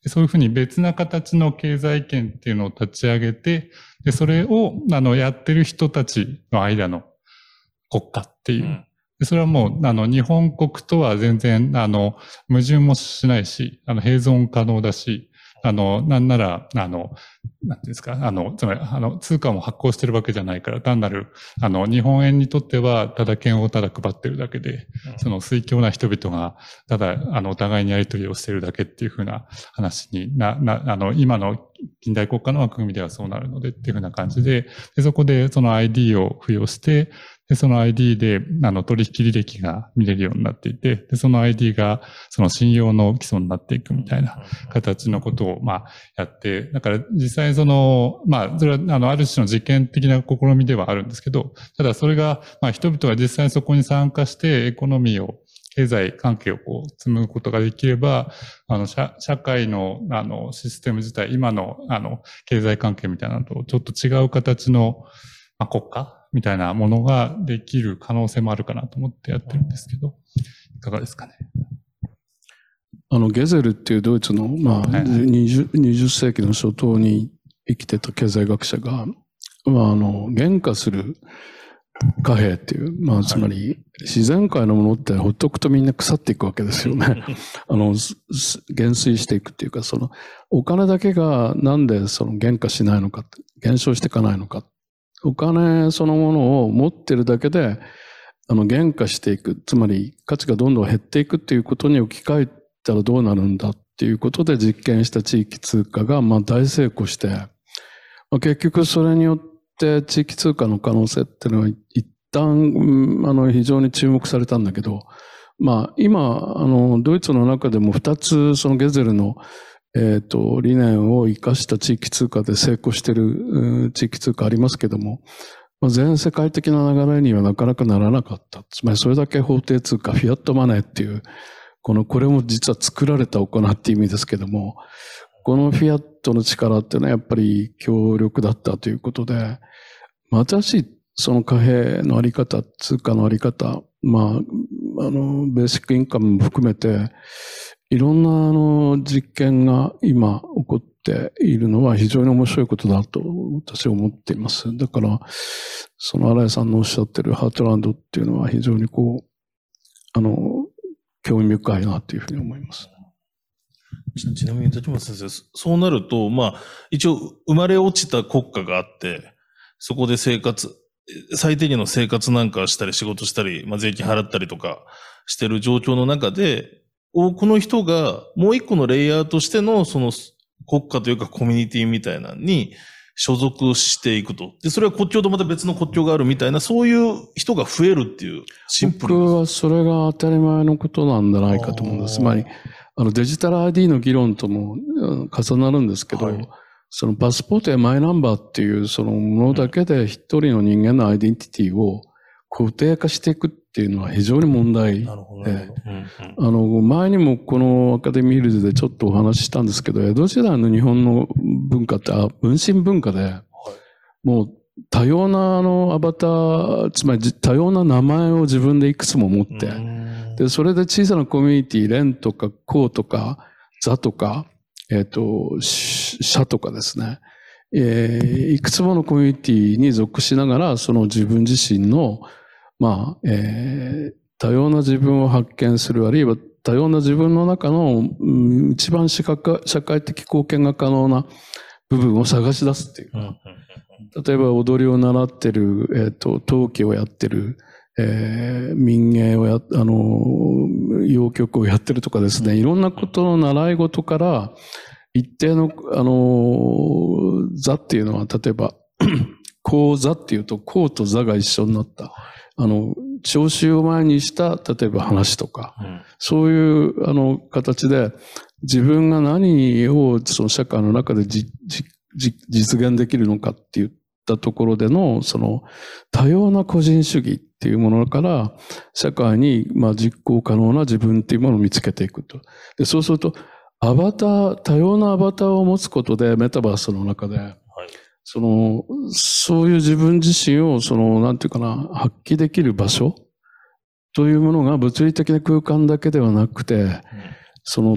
そういうふうに別な形の経済圏っていうのを立ち上げて、で、それを、あの、やってる人たちの間の国家っていう。うん、でそれはもう、あの、日本国とは全然、あの、矛盾もしないし、あの、併存可能だし、あの、なんなら、あの、なんていうんですか、あの、つまり、あの、通貨も発行してるわけじゃないから、単なる、あの、日本円にとっては、ただ券をただ配ってるだけで、その水強な人々が、ただ、あの、お互いにやり取りをしてるだけっていうふうな話にな、な、あの、今の近代国家の枠組みではそうなるのでっていうふうな感じで、でそこでその アイディー を付与して、で、その アイディー で、あの、取引履歴が見れるようになっていて、で、その アイディー が、その信用の基礎になっていくみたいな形のことを、まあ、やって、だから実際その、まあ、それは、あの、ある種の実験的な試みではあるんですけど、ただそれが、まあ、人々が実際そこに参加して、エコノミーを、経済関係をこう、積むことができれば、あの、社、社会の、あの、システム自体、今の、あの、経済関係みたいなのと、ちょっと違う形の、まあ、国家みたいなものができる可能性もあるかなと思ってやってるんですけど、いかがですかね。 あの、ゲゼルっていうドイツの、まあ、はい、にじゅう, にじゅっ世紀の初頭に生きてた経済学者が、まあ、あの、減価する貨幣っていう、まあ、つまり、自然界のものってほっとくとみんな腐っていくわけですよね。あの、減衰していくっていうか、その、お金だけがなんでその減価しないのか、減少していかないのか。お金そのものを持ってるだけで、あの、減価していく。つまり、価値がどんどん減っていくっていうことに置き換えたらどうなるんだっていうことで実験した地域通貨が、まあ大成功して、まあ、結局それによって地域通貨の可能性っていうのは一旦、あの、非常に注目されたんだけど、まあ今、あの、ドイツの中でも二つそのゲゼルのえっと、理念を生かした地域通貨で成功している地域通貨ありますけども、全世界的な流れにはなかなかならなかった。つまりそれだけ法定通貨、フィアットマネーっていう、この、これも実は作られたお金っていう意味ですけども、このフィアットの力っていうのはやっぱり強力だったということで、新しいその貨幣のあり方、通貨のあり方、まあ、あの、ベーシックインカムも含めて、いろんなあの実験が今起こっているのは非常に面白いことだと私は思っています。だから、その新井さんのおっしゃっているハートランドっていうのは非常にこう、あの、興味深いなというふうに思います。 ちなみに立花先生、そうなると、まあ、一応生まれ落ちた国家があって、そこで生活、最低限の生活なんかしたり仕事したり、まあ、税金払ったりとかしてる状況の中で、この人がもう一個のレイヤーとしてのその国家というかコミュニティみたいなのに所属していくと。で、それは国境とまた別の国境があるみたいな、そういう人が増えるっていうシンプル。 僕はそれが当たり前のことなんじゃないかと思うんです。つまり、あのデジタル アイディー の議論とも重なるんですけど、はい、そのパスポートやマイナンバーっていうそのものだけで一人の人間のアイデンティティを固定化していくっていうのは非常に問題で、あの、前にもこのアカデミーヒルズでちょっとお話ししたんですけど、江戸時代の日本の文化って、分身文化で、はい、もう多様なあのアバター、つまり多様な名前を自分でいくつも持って、で、それで小さなコミュニティ、連とか公とか座とか、えっと、社とかですね、えー、いくつものコミュニティに属しながら、その自分自身のまあ、えー、多様な自分を発見する、あるいは多様な自分の中の、うん、一番社会、社会的貢献が可能な部分を探し出すっていうか、例えば踊りを習ってる、えっと、陶器をやってる、えー、民芸をや、あの、謡曲をやってるとかですね、いろんなことの習い事から、一定の、あの、座っていうのは、例えば、公座っていうと、公と座が一緒になった。あの、聴衆を前にした、例えば話とか、うん、そういう、あの、形で、自分が何を、その社会の中でじじじ実現できるのかって言ったところでの、その、多様な個人主義っていうものから、社会に、まあ、実行可能な自分っていうものを見つけていくと。で、そうすると、アバター、多様なアバターを持つことで、メタバースの中で、はい、その、そういう自分自身を、その、なんていうかな、発揮できる場所というものが物理的な空間だけではなくて、うん、その、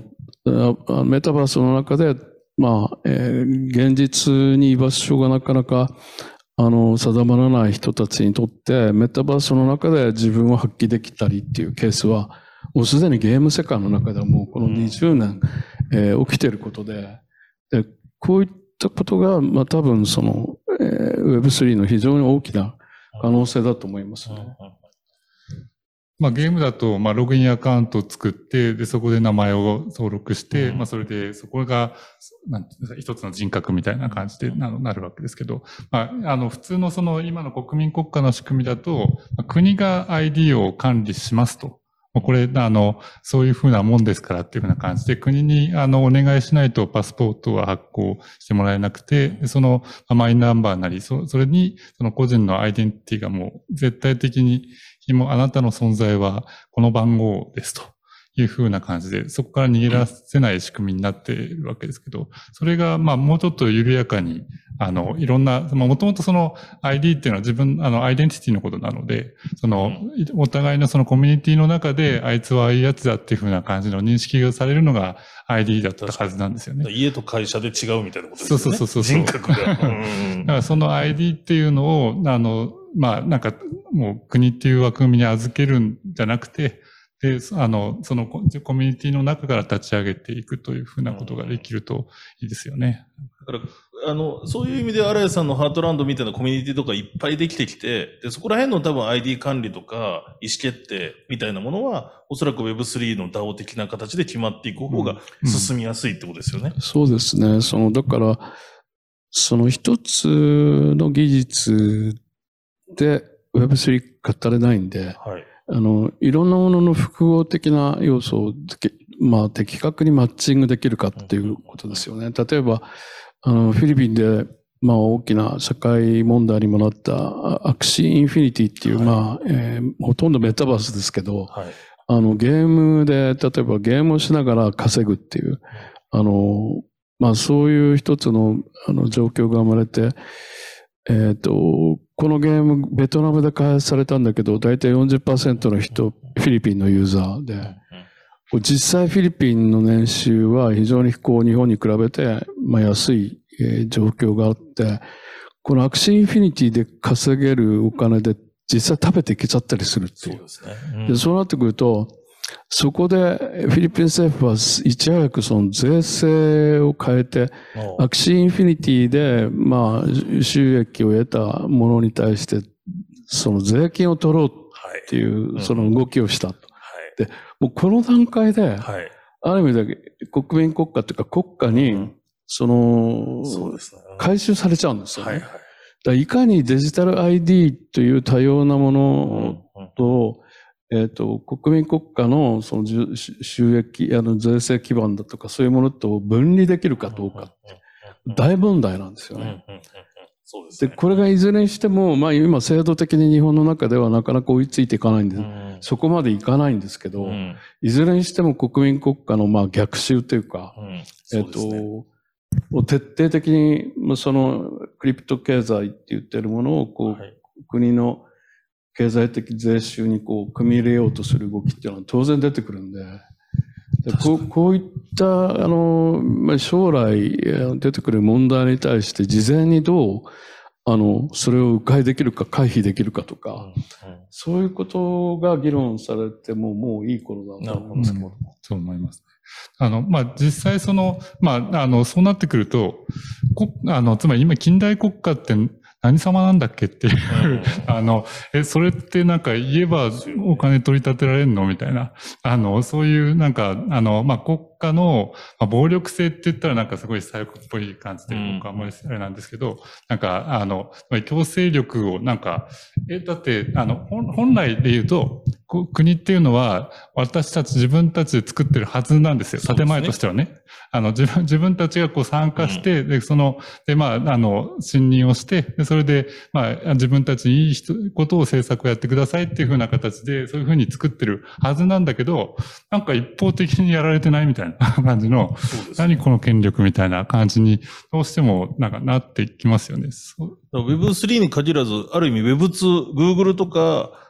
メタバースの中で、まあ、えー、現実に居場所がなかなか、あの、定まらない人たちにとって、メタバースの中で自分を発揮できたりっていうケースは、もうすでにゲーム世界の中ではもうこのにじゅうねん、えー、起きていることで、で、こういったことが、まあ多分その、えー、ウェブスリー の非常に大きな可能性だと思いますね。 まあゲームだと、まあログインアカウントを作って、で、そこで名前を登録して、うん、まあそれで、そこが、なんていうか、一つの人格みたいな感じでなるわけですけど、まあ、あの、普通のその今の国民国家の仕組みだと、国が アイディー を管理しますと。これ、あの、そういうふうなもんですからっていうふうな感じで、国に、あの、お願いしないとパスポートは発行してもらえなくて、その、マイナンバーなり、それに、その個人のアイデンティティがもう絶対的に、あなたの存在はこの番号ですというふうな感じで、そこから逃げ出せない仕組みになっているわけですけど、それが、まあ、もうちょっと緩やかに、あの、いろんな、もともとその アイディー っていうのは自分、あの、アイデンティティのことなので、その、お互いのそのコミュニティの中で、あいつはああいうやつだっていうふうな感じの認識がされるのが アイディー だったはずなんですよね。 家と会社で違うみたいなことですよね。 そうそうそうそう。 人格が。 だからその アイディー っていうのを、あの、まあ、なんか、もう国っていう枠組みに預けるんじゃなくて、で、あの、そのコミュニティの中から立ち上げていくというふうなことができるといいですよね。 だから、あの、そういう意味で荒谷さんのハートランドみたいなコミュニティとかいっぱいできてきて、で、そこら辺の多分 アイディー 管理とか意思決定みたいなものは、おそらく ウェブスリー の ダオ 的な形で決まっていく方が進みやすいってことですよね。 うんうん、そうですね。その、だから、その一つの技術で ウェブスリー 語れないんで、はい、あの、いろんなものの複合的な要素を、まあ、的確にマッチングできるかっていうことですよね。例えば、あの、フィリピンで、まあ、大きな社会問題にもなったアクシーインフィニティっていう、はい、まあ、えー、ほとんどメタバースですけど、はい、あの、ゲームで、例えばゲームをしながら稼ぐっていう、あの、まあ、そういう一つの、あの、状況が生まれて、えっと、このゲーム、ベトナムで開発されたんだけど、だいたい よんじゅっパーセント の人、フィリピンのユーザーで、実際フィリピンの年収は非常にこう日本に比べて、まあ、安い、えー、状況があって、このアクシーインフィニティで稼げるお金で実際食べていけちゃったりするっていう。そうですね。うん、で、そうなってくると、そこでフィリピン政府はいち早くその税制を変えて、アクシーインフィニティで、まあ、収益を得たものに対して、その税金を取ろうっていう、その動きをしたと。はい、で、もうこの段階で、はい、ある意味で国民国家というか国家に、その、そうですね、回収されちゃうんですよね。はいはい、だいかにデジタル アイディー という多様なものと、えっと、国民国家のその収益、あの税制基盤だとかそういうものと分離できるかどうか、大問題なんですよね。そうですね。で、これがいずれにしても、まあ今制度的に日本の中ではなかなか追いついていかないんで、うん、そこまでいかないんですけど、うん、いずれにしても国民国家のまあ逆襲というか、うん、えっと、徹底的にそのクリプト経済って言ってるものをこう、はい、国の経済的税収にこう組み入れようとする動きっていうのは当然出てくるんで、でこう、こういったあの将来出てくる問題に対して事前にどうあのそれを迂回できるか回避できるかとか、うんうん、そういうことが議論されてももういい頃だと思うんですけど、うん、 そう思います。あの、まあ、実際その、まあ、あの、そうなってくると、こあの、つまり今近代国家って何様なんだっけっていう、あの、え、それってなんか言えばお金取り立てられるのみたいな、あの、そういうなんか、あの、まあ、国家の、まあ、暴力性って言ったらなんかすごい左翼っぽい感じで、僕はあんまりあれなんですけど、なんか、あの、強制力をなんか、え、だって、あの、本来で言うと、国っていうのは私たち自分たちで作ってるはずなんですよ。建前としてはね。あの、自分、自分たちがこう参加して、うん、で、その、で、まあ、あの、信任をして、で、それで、まあ、自分たちにいい人ことを政策をやってくださいっていうふうな形で、そういうふうに作ってるはずなんだけど、なんか一方的にやられてないみたいな感じの、何この権力みたいな感じに、どうしてもなんかなってきますよね。 ウェブスリー に限らず、ある意味 ウェブツー、Google とか、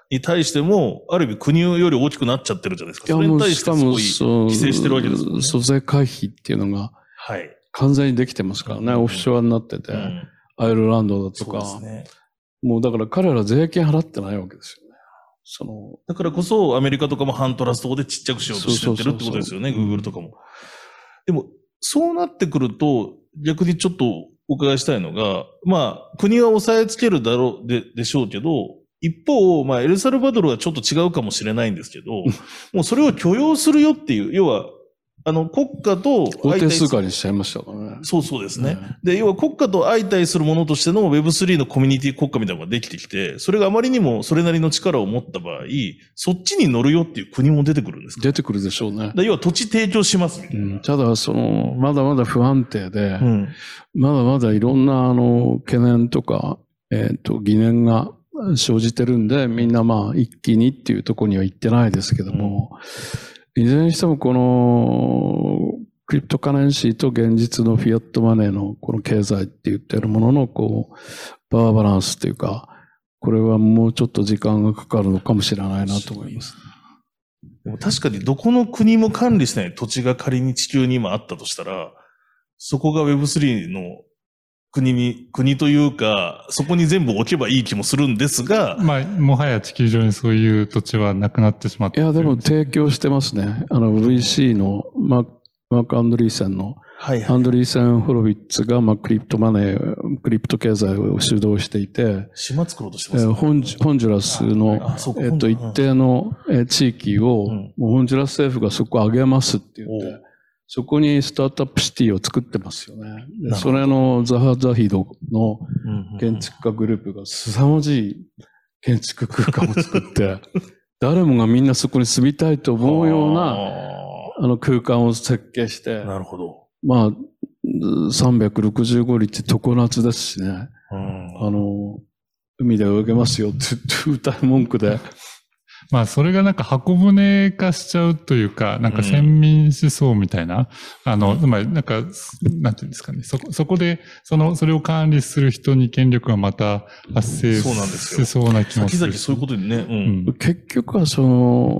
に対しても、ある意味国より大きくなっちゃってるじゃないですか。それに対してすごい規制してるわけですよね。 租税回避っていうのが、完全にできてますからね、はい、オフショアになってて、うん、アイルランドだとか、そうですね、もうだから彼ら税金払ってないわけですよね。そのだからこそアメリカとかも反トラスト法でちっちゃくしようとしてってるってことですよね、Google とかも。でも、そうなってくると、逆にちょっとお伺いしたいのが、まあ、国は押さえつけるだろうで、でしょうけど、一方、まあ、エルサルバドルはちょっと違うかもしれないんですけど、もうそれを許容するよっていう、要は、あの、国家と法定通貨にしちゃいましたからね。 そうそうですね。うん、で、要は国家と相対するものとしての ウェブスリー のコミュニティ国家みたいなのができてきて、それがあまりにもそれなりの力を持った場合、そっちに乗るよっていう国も出てくるんですか？ 出てくるでしょうね。 要は土地提供しますみたいな。 うん、ただ、その、まだまだ不安定で、うん、まだまだいろんな、あの、懸念とか、えっと、疑念が生じてるんで、みんなまあ、一気にっていうところには行ってないですけども、うん、いずれにしてもこの、クリプトカレンシーと現実のフィアットマネーのこの経済って言ってるもののこうパワーバランスっていうか、これはもうちょっと時間がかかるのかもしれないなと思います。 でも確かにどこの国も管理してない土地が仮に地球に今あったとしたら、そこが ウェブスリー の国に、国というか、そこに全部置けばいい気もするんですが。 まあ、もはや地球上にそういう土地はなくなってしまって。 いや、でも提供してますね。あの ブイシー のマークマーク・アンドリーセンの、はいはい、アンドリーセン・ホロビッツが、まあ、クリプトマネー、クリプト経済を主導していて、 島作ろうとしてますね。 ホンジュラスの、えっと、一定の地域を、うん、もうホンジュラス政府がそこを上げますって言って、そこにスタートアップシティを作ってますよね。でそれのザハ・ザヒドの建築家グループが凄まじい建築空間を作って、誰もがみんなそこに住みたいと思うような、あの空間を設計して。 なるほど。 まあ、さんびゃくろくじゅうごにち常夏ですしね。うん、あの、海で泳げますよって歌う文句で。 まあ、それがなんか箱舟化しちゃうというか、なんか先民思想みたいな、うん、あの、つまりなんか、なんていうんですかね。そこ、そこで、その、それを管理する人に権力がまた発生しそうな気もする。 先々そういうことにね。 うん、結局はその、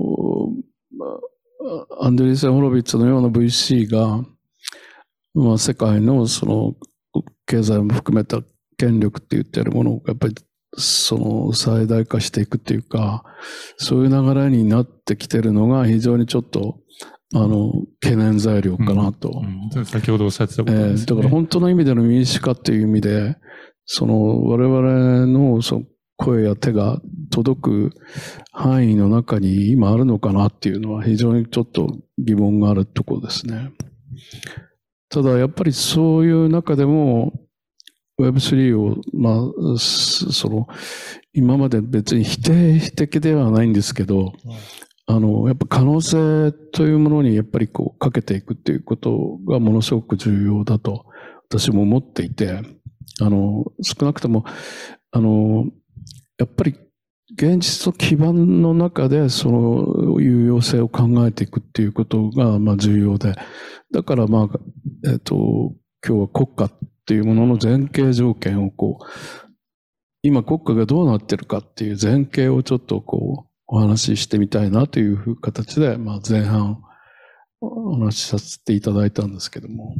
アンドリーセン・ホロビッツのような ブイシー が、まあ、世界のその経済も含めた権力って言ってるものをやっぱりその最大化していくっていうか、そういう流れになってきてるのが非常にちょっとあの懸念材料かなと。 うんうん、先ほどおっしゃってたことですね。 えー、だから本当の意味での民主化っていう意味で、その我々のその声や手が届く範囲の中に今あるのかなっていうのは非常にちょっと疑問があるところですね。ただやっぱりそういう中でも ウェブスリー を、まあ、その今まで別に否定的ではないんですけど、あのやっぱ可能性というものにやっぱりこうかけていくっていうことがものすごく重要だと私も思っていて、あの少なくともあのやっぱり現実と基盤の中でその有用性を考えていくっていうことがまあ重要で、だからまあ、えっと、今日は国家っていうものの前提条件をこう、今国家がどうなってるかっていう前提をちょっとこうお話ししてみたいなという形で、まあ前半お話しさせていただいたんですけども。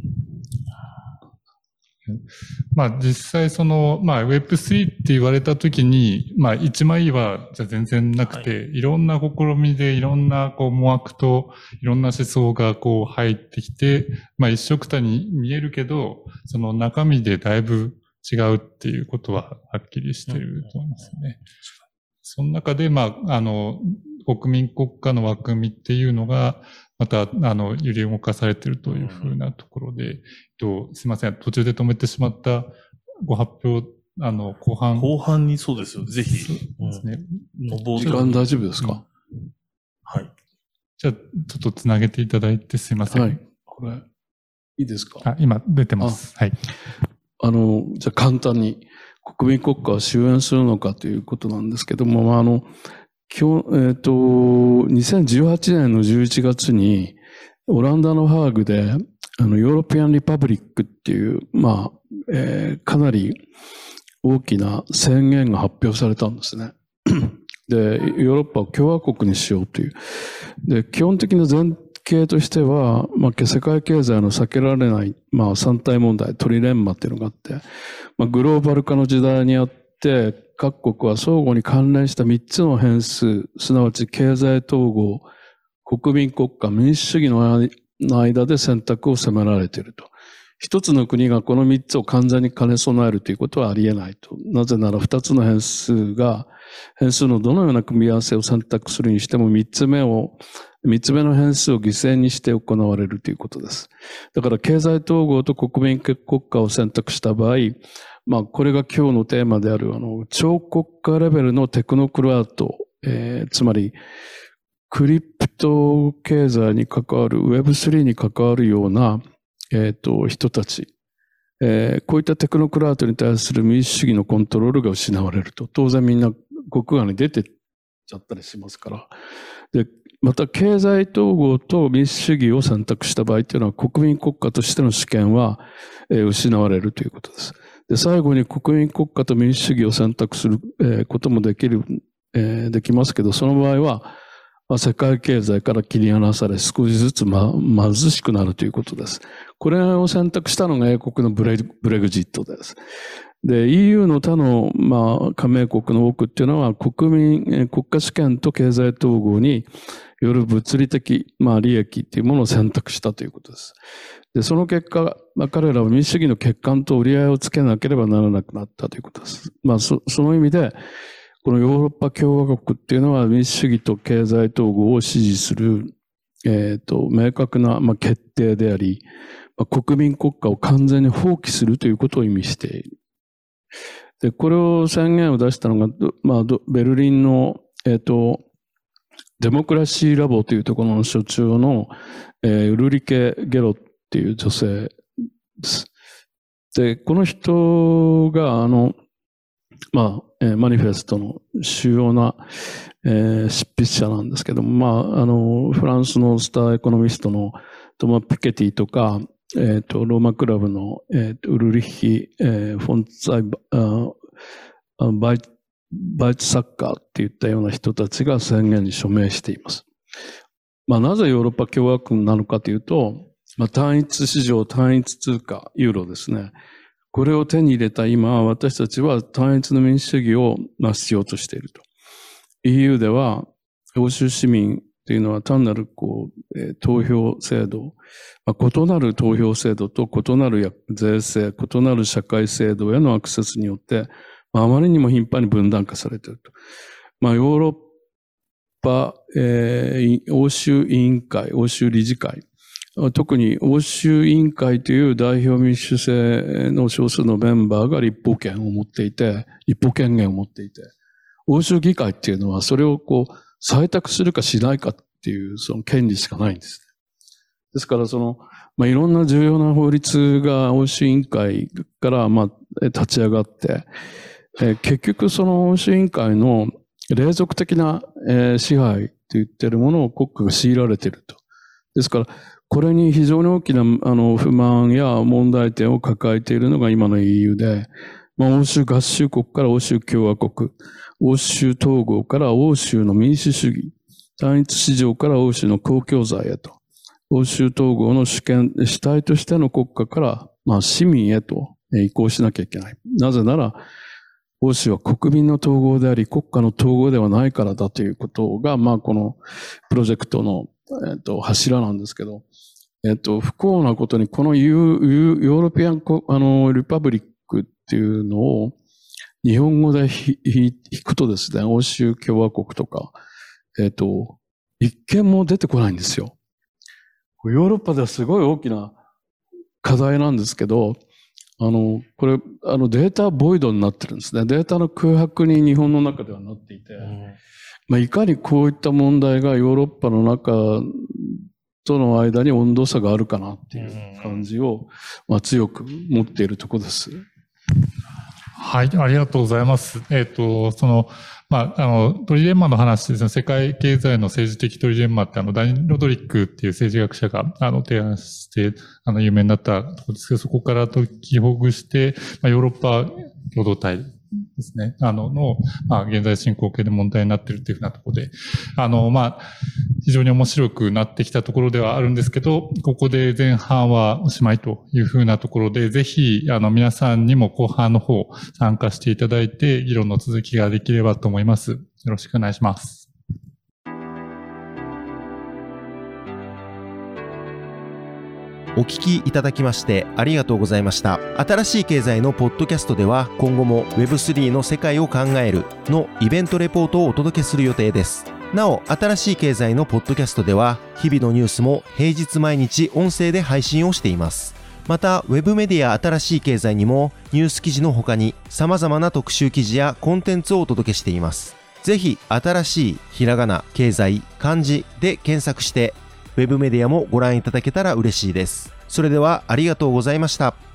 まあ実際その、まあ ウェブスリー って言われたときに、まあ一枚はじゃ全然なくて、はい、いろんな試みでいろんなこう思惑といろんな思想がこう入ってきて、まあ一緒くたに見えるけど、その中身でだいぶ違うっていうことははっきりしてると思いますね。その中で、まあ、あの、国民国家の枠組みっていうのが、また、あの、揺り動かされているというふうなところで、と、すいません、途中で止めてしまったご発表、あの、後半。 後半にそうですよ。ぜひ。ですね。時間大丈夫ですか、 うん、はい。 じゃあ、ちょっとつなげていただいてすいません。 はい。これ、いいですか？ あ、今出てます。はい。 あの、じゃあ簡単に、国民国家は終焉するのかということなんですけども、まあ、あの、今日、えっと、にせんじゅうはちねんのじゅういちがつに、オランダのハーグで、あの、ヨーロピアン・リパブリックっていう、まあ、えー、かなり大きな宣言が発表されたんですね。 で、ヨーロッパを共和国にしようという。で、基本的な前提としては、まあ、世界経済の避けられない、まあ、三体問題、トリレンマっていうのがあって、まあ、グローバル化の時代にあって、各国は相互に関連した三つの変数、すなわち経済統合、国民国家、民主主義の間で選択を迫られていると。一つの国がこの三つを完全に兼ね備えるということはありえないと。なぜなら二つの変数が、変数のどのような組み合わせを選択するにしても三つ目を、三つ目の変数を犠牲にして行われるということです。だから経済統合と国民国家を選択した場合、まあこれが今日のテーマであるあの超国家レベルのテクノクラート、えー、つまりクリプト経済に関わる ウェブスリー に関わるような、えー、と人たち、えー、こういったテクノクラートに対する民主主義のコントロールが失われると。当然みんな国外に出てっちゃったりしますから。で、また経済統合と民主主義を選択した場合というのは国民国家としての主権は、えー、失われるということです。で、最後に国民国家と民主主義を選択する、えー、こともできる、えー、できますけど、その場合は、まあ、世界経済から切り離され少しずつ、ま、貧しくなるということです。これを選択したのが英国のブレ、ブレグジットです。で、イーユー の他の、まあ、加盟国の多くっていうのは国民、国家主権と経済統合による物理的、まあ、利益っていうものを選択したということです。で、その結果、まあ、彼らは民主主義の欠陥と折り合いをつけなければならなくなったということです。まあ、そ、その意味で、このヨーロッパ共和国っていうのは民主主義と経済統合を支持する、えっと、明確な、まあ、決定であり、まあ、国民国家を完全に放棄するということを意味している。で、これを宣言を出したのが、まあ、ベルリンの、えっと、デモクラシーラボというところの所長の、えー、ウルリケ・ゲロっていう女性です。で、この人が、あの、まあ、えー、マニフェストの主要な、えー、執筆者なんですけども、まあ、あの、フランスのスターエコノミストのトマ・ピケティとか、えっ、ー、と、ローマクラブの、えー、とウルリッヒ、えー、フォンツァイバ、バイ、バイツサッカーっていったような人たちが宣言に署名しています。まあ、なぜヨーロッパ共和国なのかというと、まあ、単一市場、単一通貨、ユーロですね。これを手に入れた今、私たちは単一の民主主義を成しようとしていると。イーユー では、欧州市民というのは単なるこう、えー、投票制度、まあ、異なる投票制度と異なる税制、異なる社会制度へのアクセスによって、まあ、あまりにも頻繁に分断化されていると。まあ、ヨーロッパ、えー、欧州委員会、欧州理事会、特に欧州委員会という代表民主制の少数のメンバーが立法権を持っていて、立法権限を持っていて、欧州議会っていうのはそれをこう採択するかしないかっていうその権利しかないんです。ですからその、まあ、いろんな重要な法律が欧州委員会からまあ立ち上がって、えー、結局その欧州委員会の隷属的な、えー、支配と言っているものを国家が強いられていると。ですから、これに非常に大きなあの不満や問題点を抱えているのが今の イーユー で、まあ、欧州合衆国から欧州共和国、欧州統合から欧州の民主主義、単一市場から欧州の公共財へと、欧州統合の主権、主体としての国家から、まあ、市民へと移行しなきゃいけない。なぜなら、欧州は国民の統合であり、国家の統合ではないからだということが、まあ、このプロジェクトの、えっと、柱なんですけど、えっと、不幸なことに、このヨーロピアンあのリパブリックっていうのを日本語で引くとですね、欧州共和国とか、えっと、一件も出てこないんですよ。ヨーロッパではすごい大きな課題なんですけど、あの、これ、あの、データボイドになってるんですね。データの空白に日本の中ではなっていて、うん、まあ、いかにこういった問題がヨーロッパの中との間に温度差があるかなっていう感じを、まあ、強く持っているところです。 はい、ありがとうございます。えっと、その、まあ、あの、トリレンマの話ですね、世界経済の政治的トリレンマって、あの、ダニ・ロドリックっていう政治学者が、あの、提案して、あの、有名になったところですけど、そこから解きほぐして、まあ、ヨーロッパ共同体ですね、あの、の、まあ、現在進行形で問題になっているというふうなところで、あの、まあ、非常に面白くなってきたところではあるんですけど、ここで前半はおしまいというふうなところで、ぜひ、あの、皆さんにも後半の方参加していただいて、議論の続きができればと思います。よろしくお願いします。 お聞きいただきましてありがとうございました。新しい経済のポッドキャストでは今後も ウェブスリー の世界を考えるのイベントレポートをお届けする予定です。なお、新しい経済のポッドキャストでは日々のニュースも平日毎日音声で配信をしています。また、ウェブメディア新しい経済にもニュース記事の他に様々な特集記事やコンテンツをお届けしています。ぜひ、新しいひらがな、経済、漢字で検索してウェブメディアもご覧いただけたら嬉しいです。それではありがとうございました。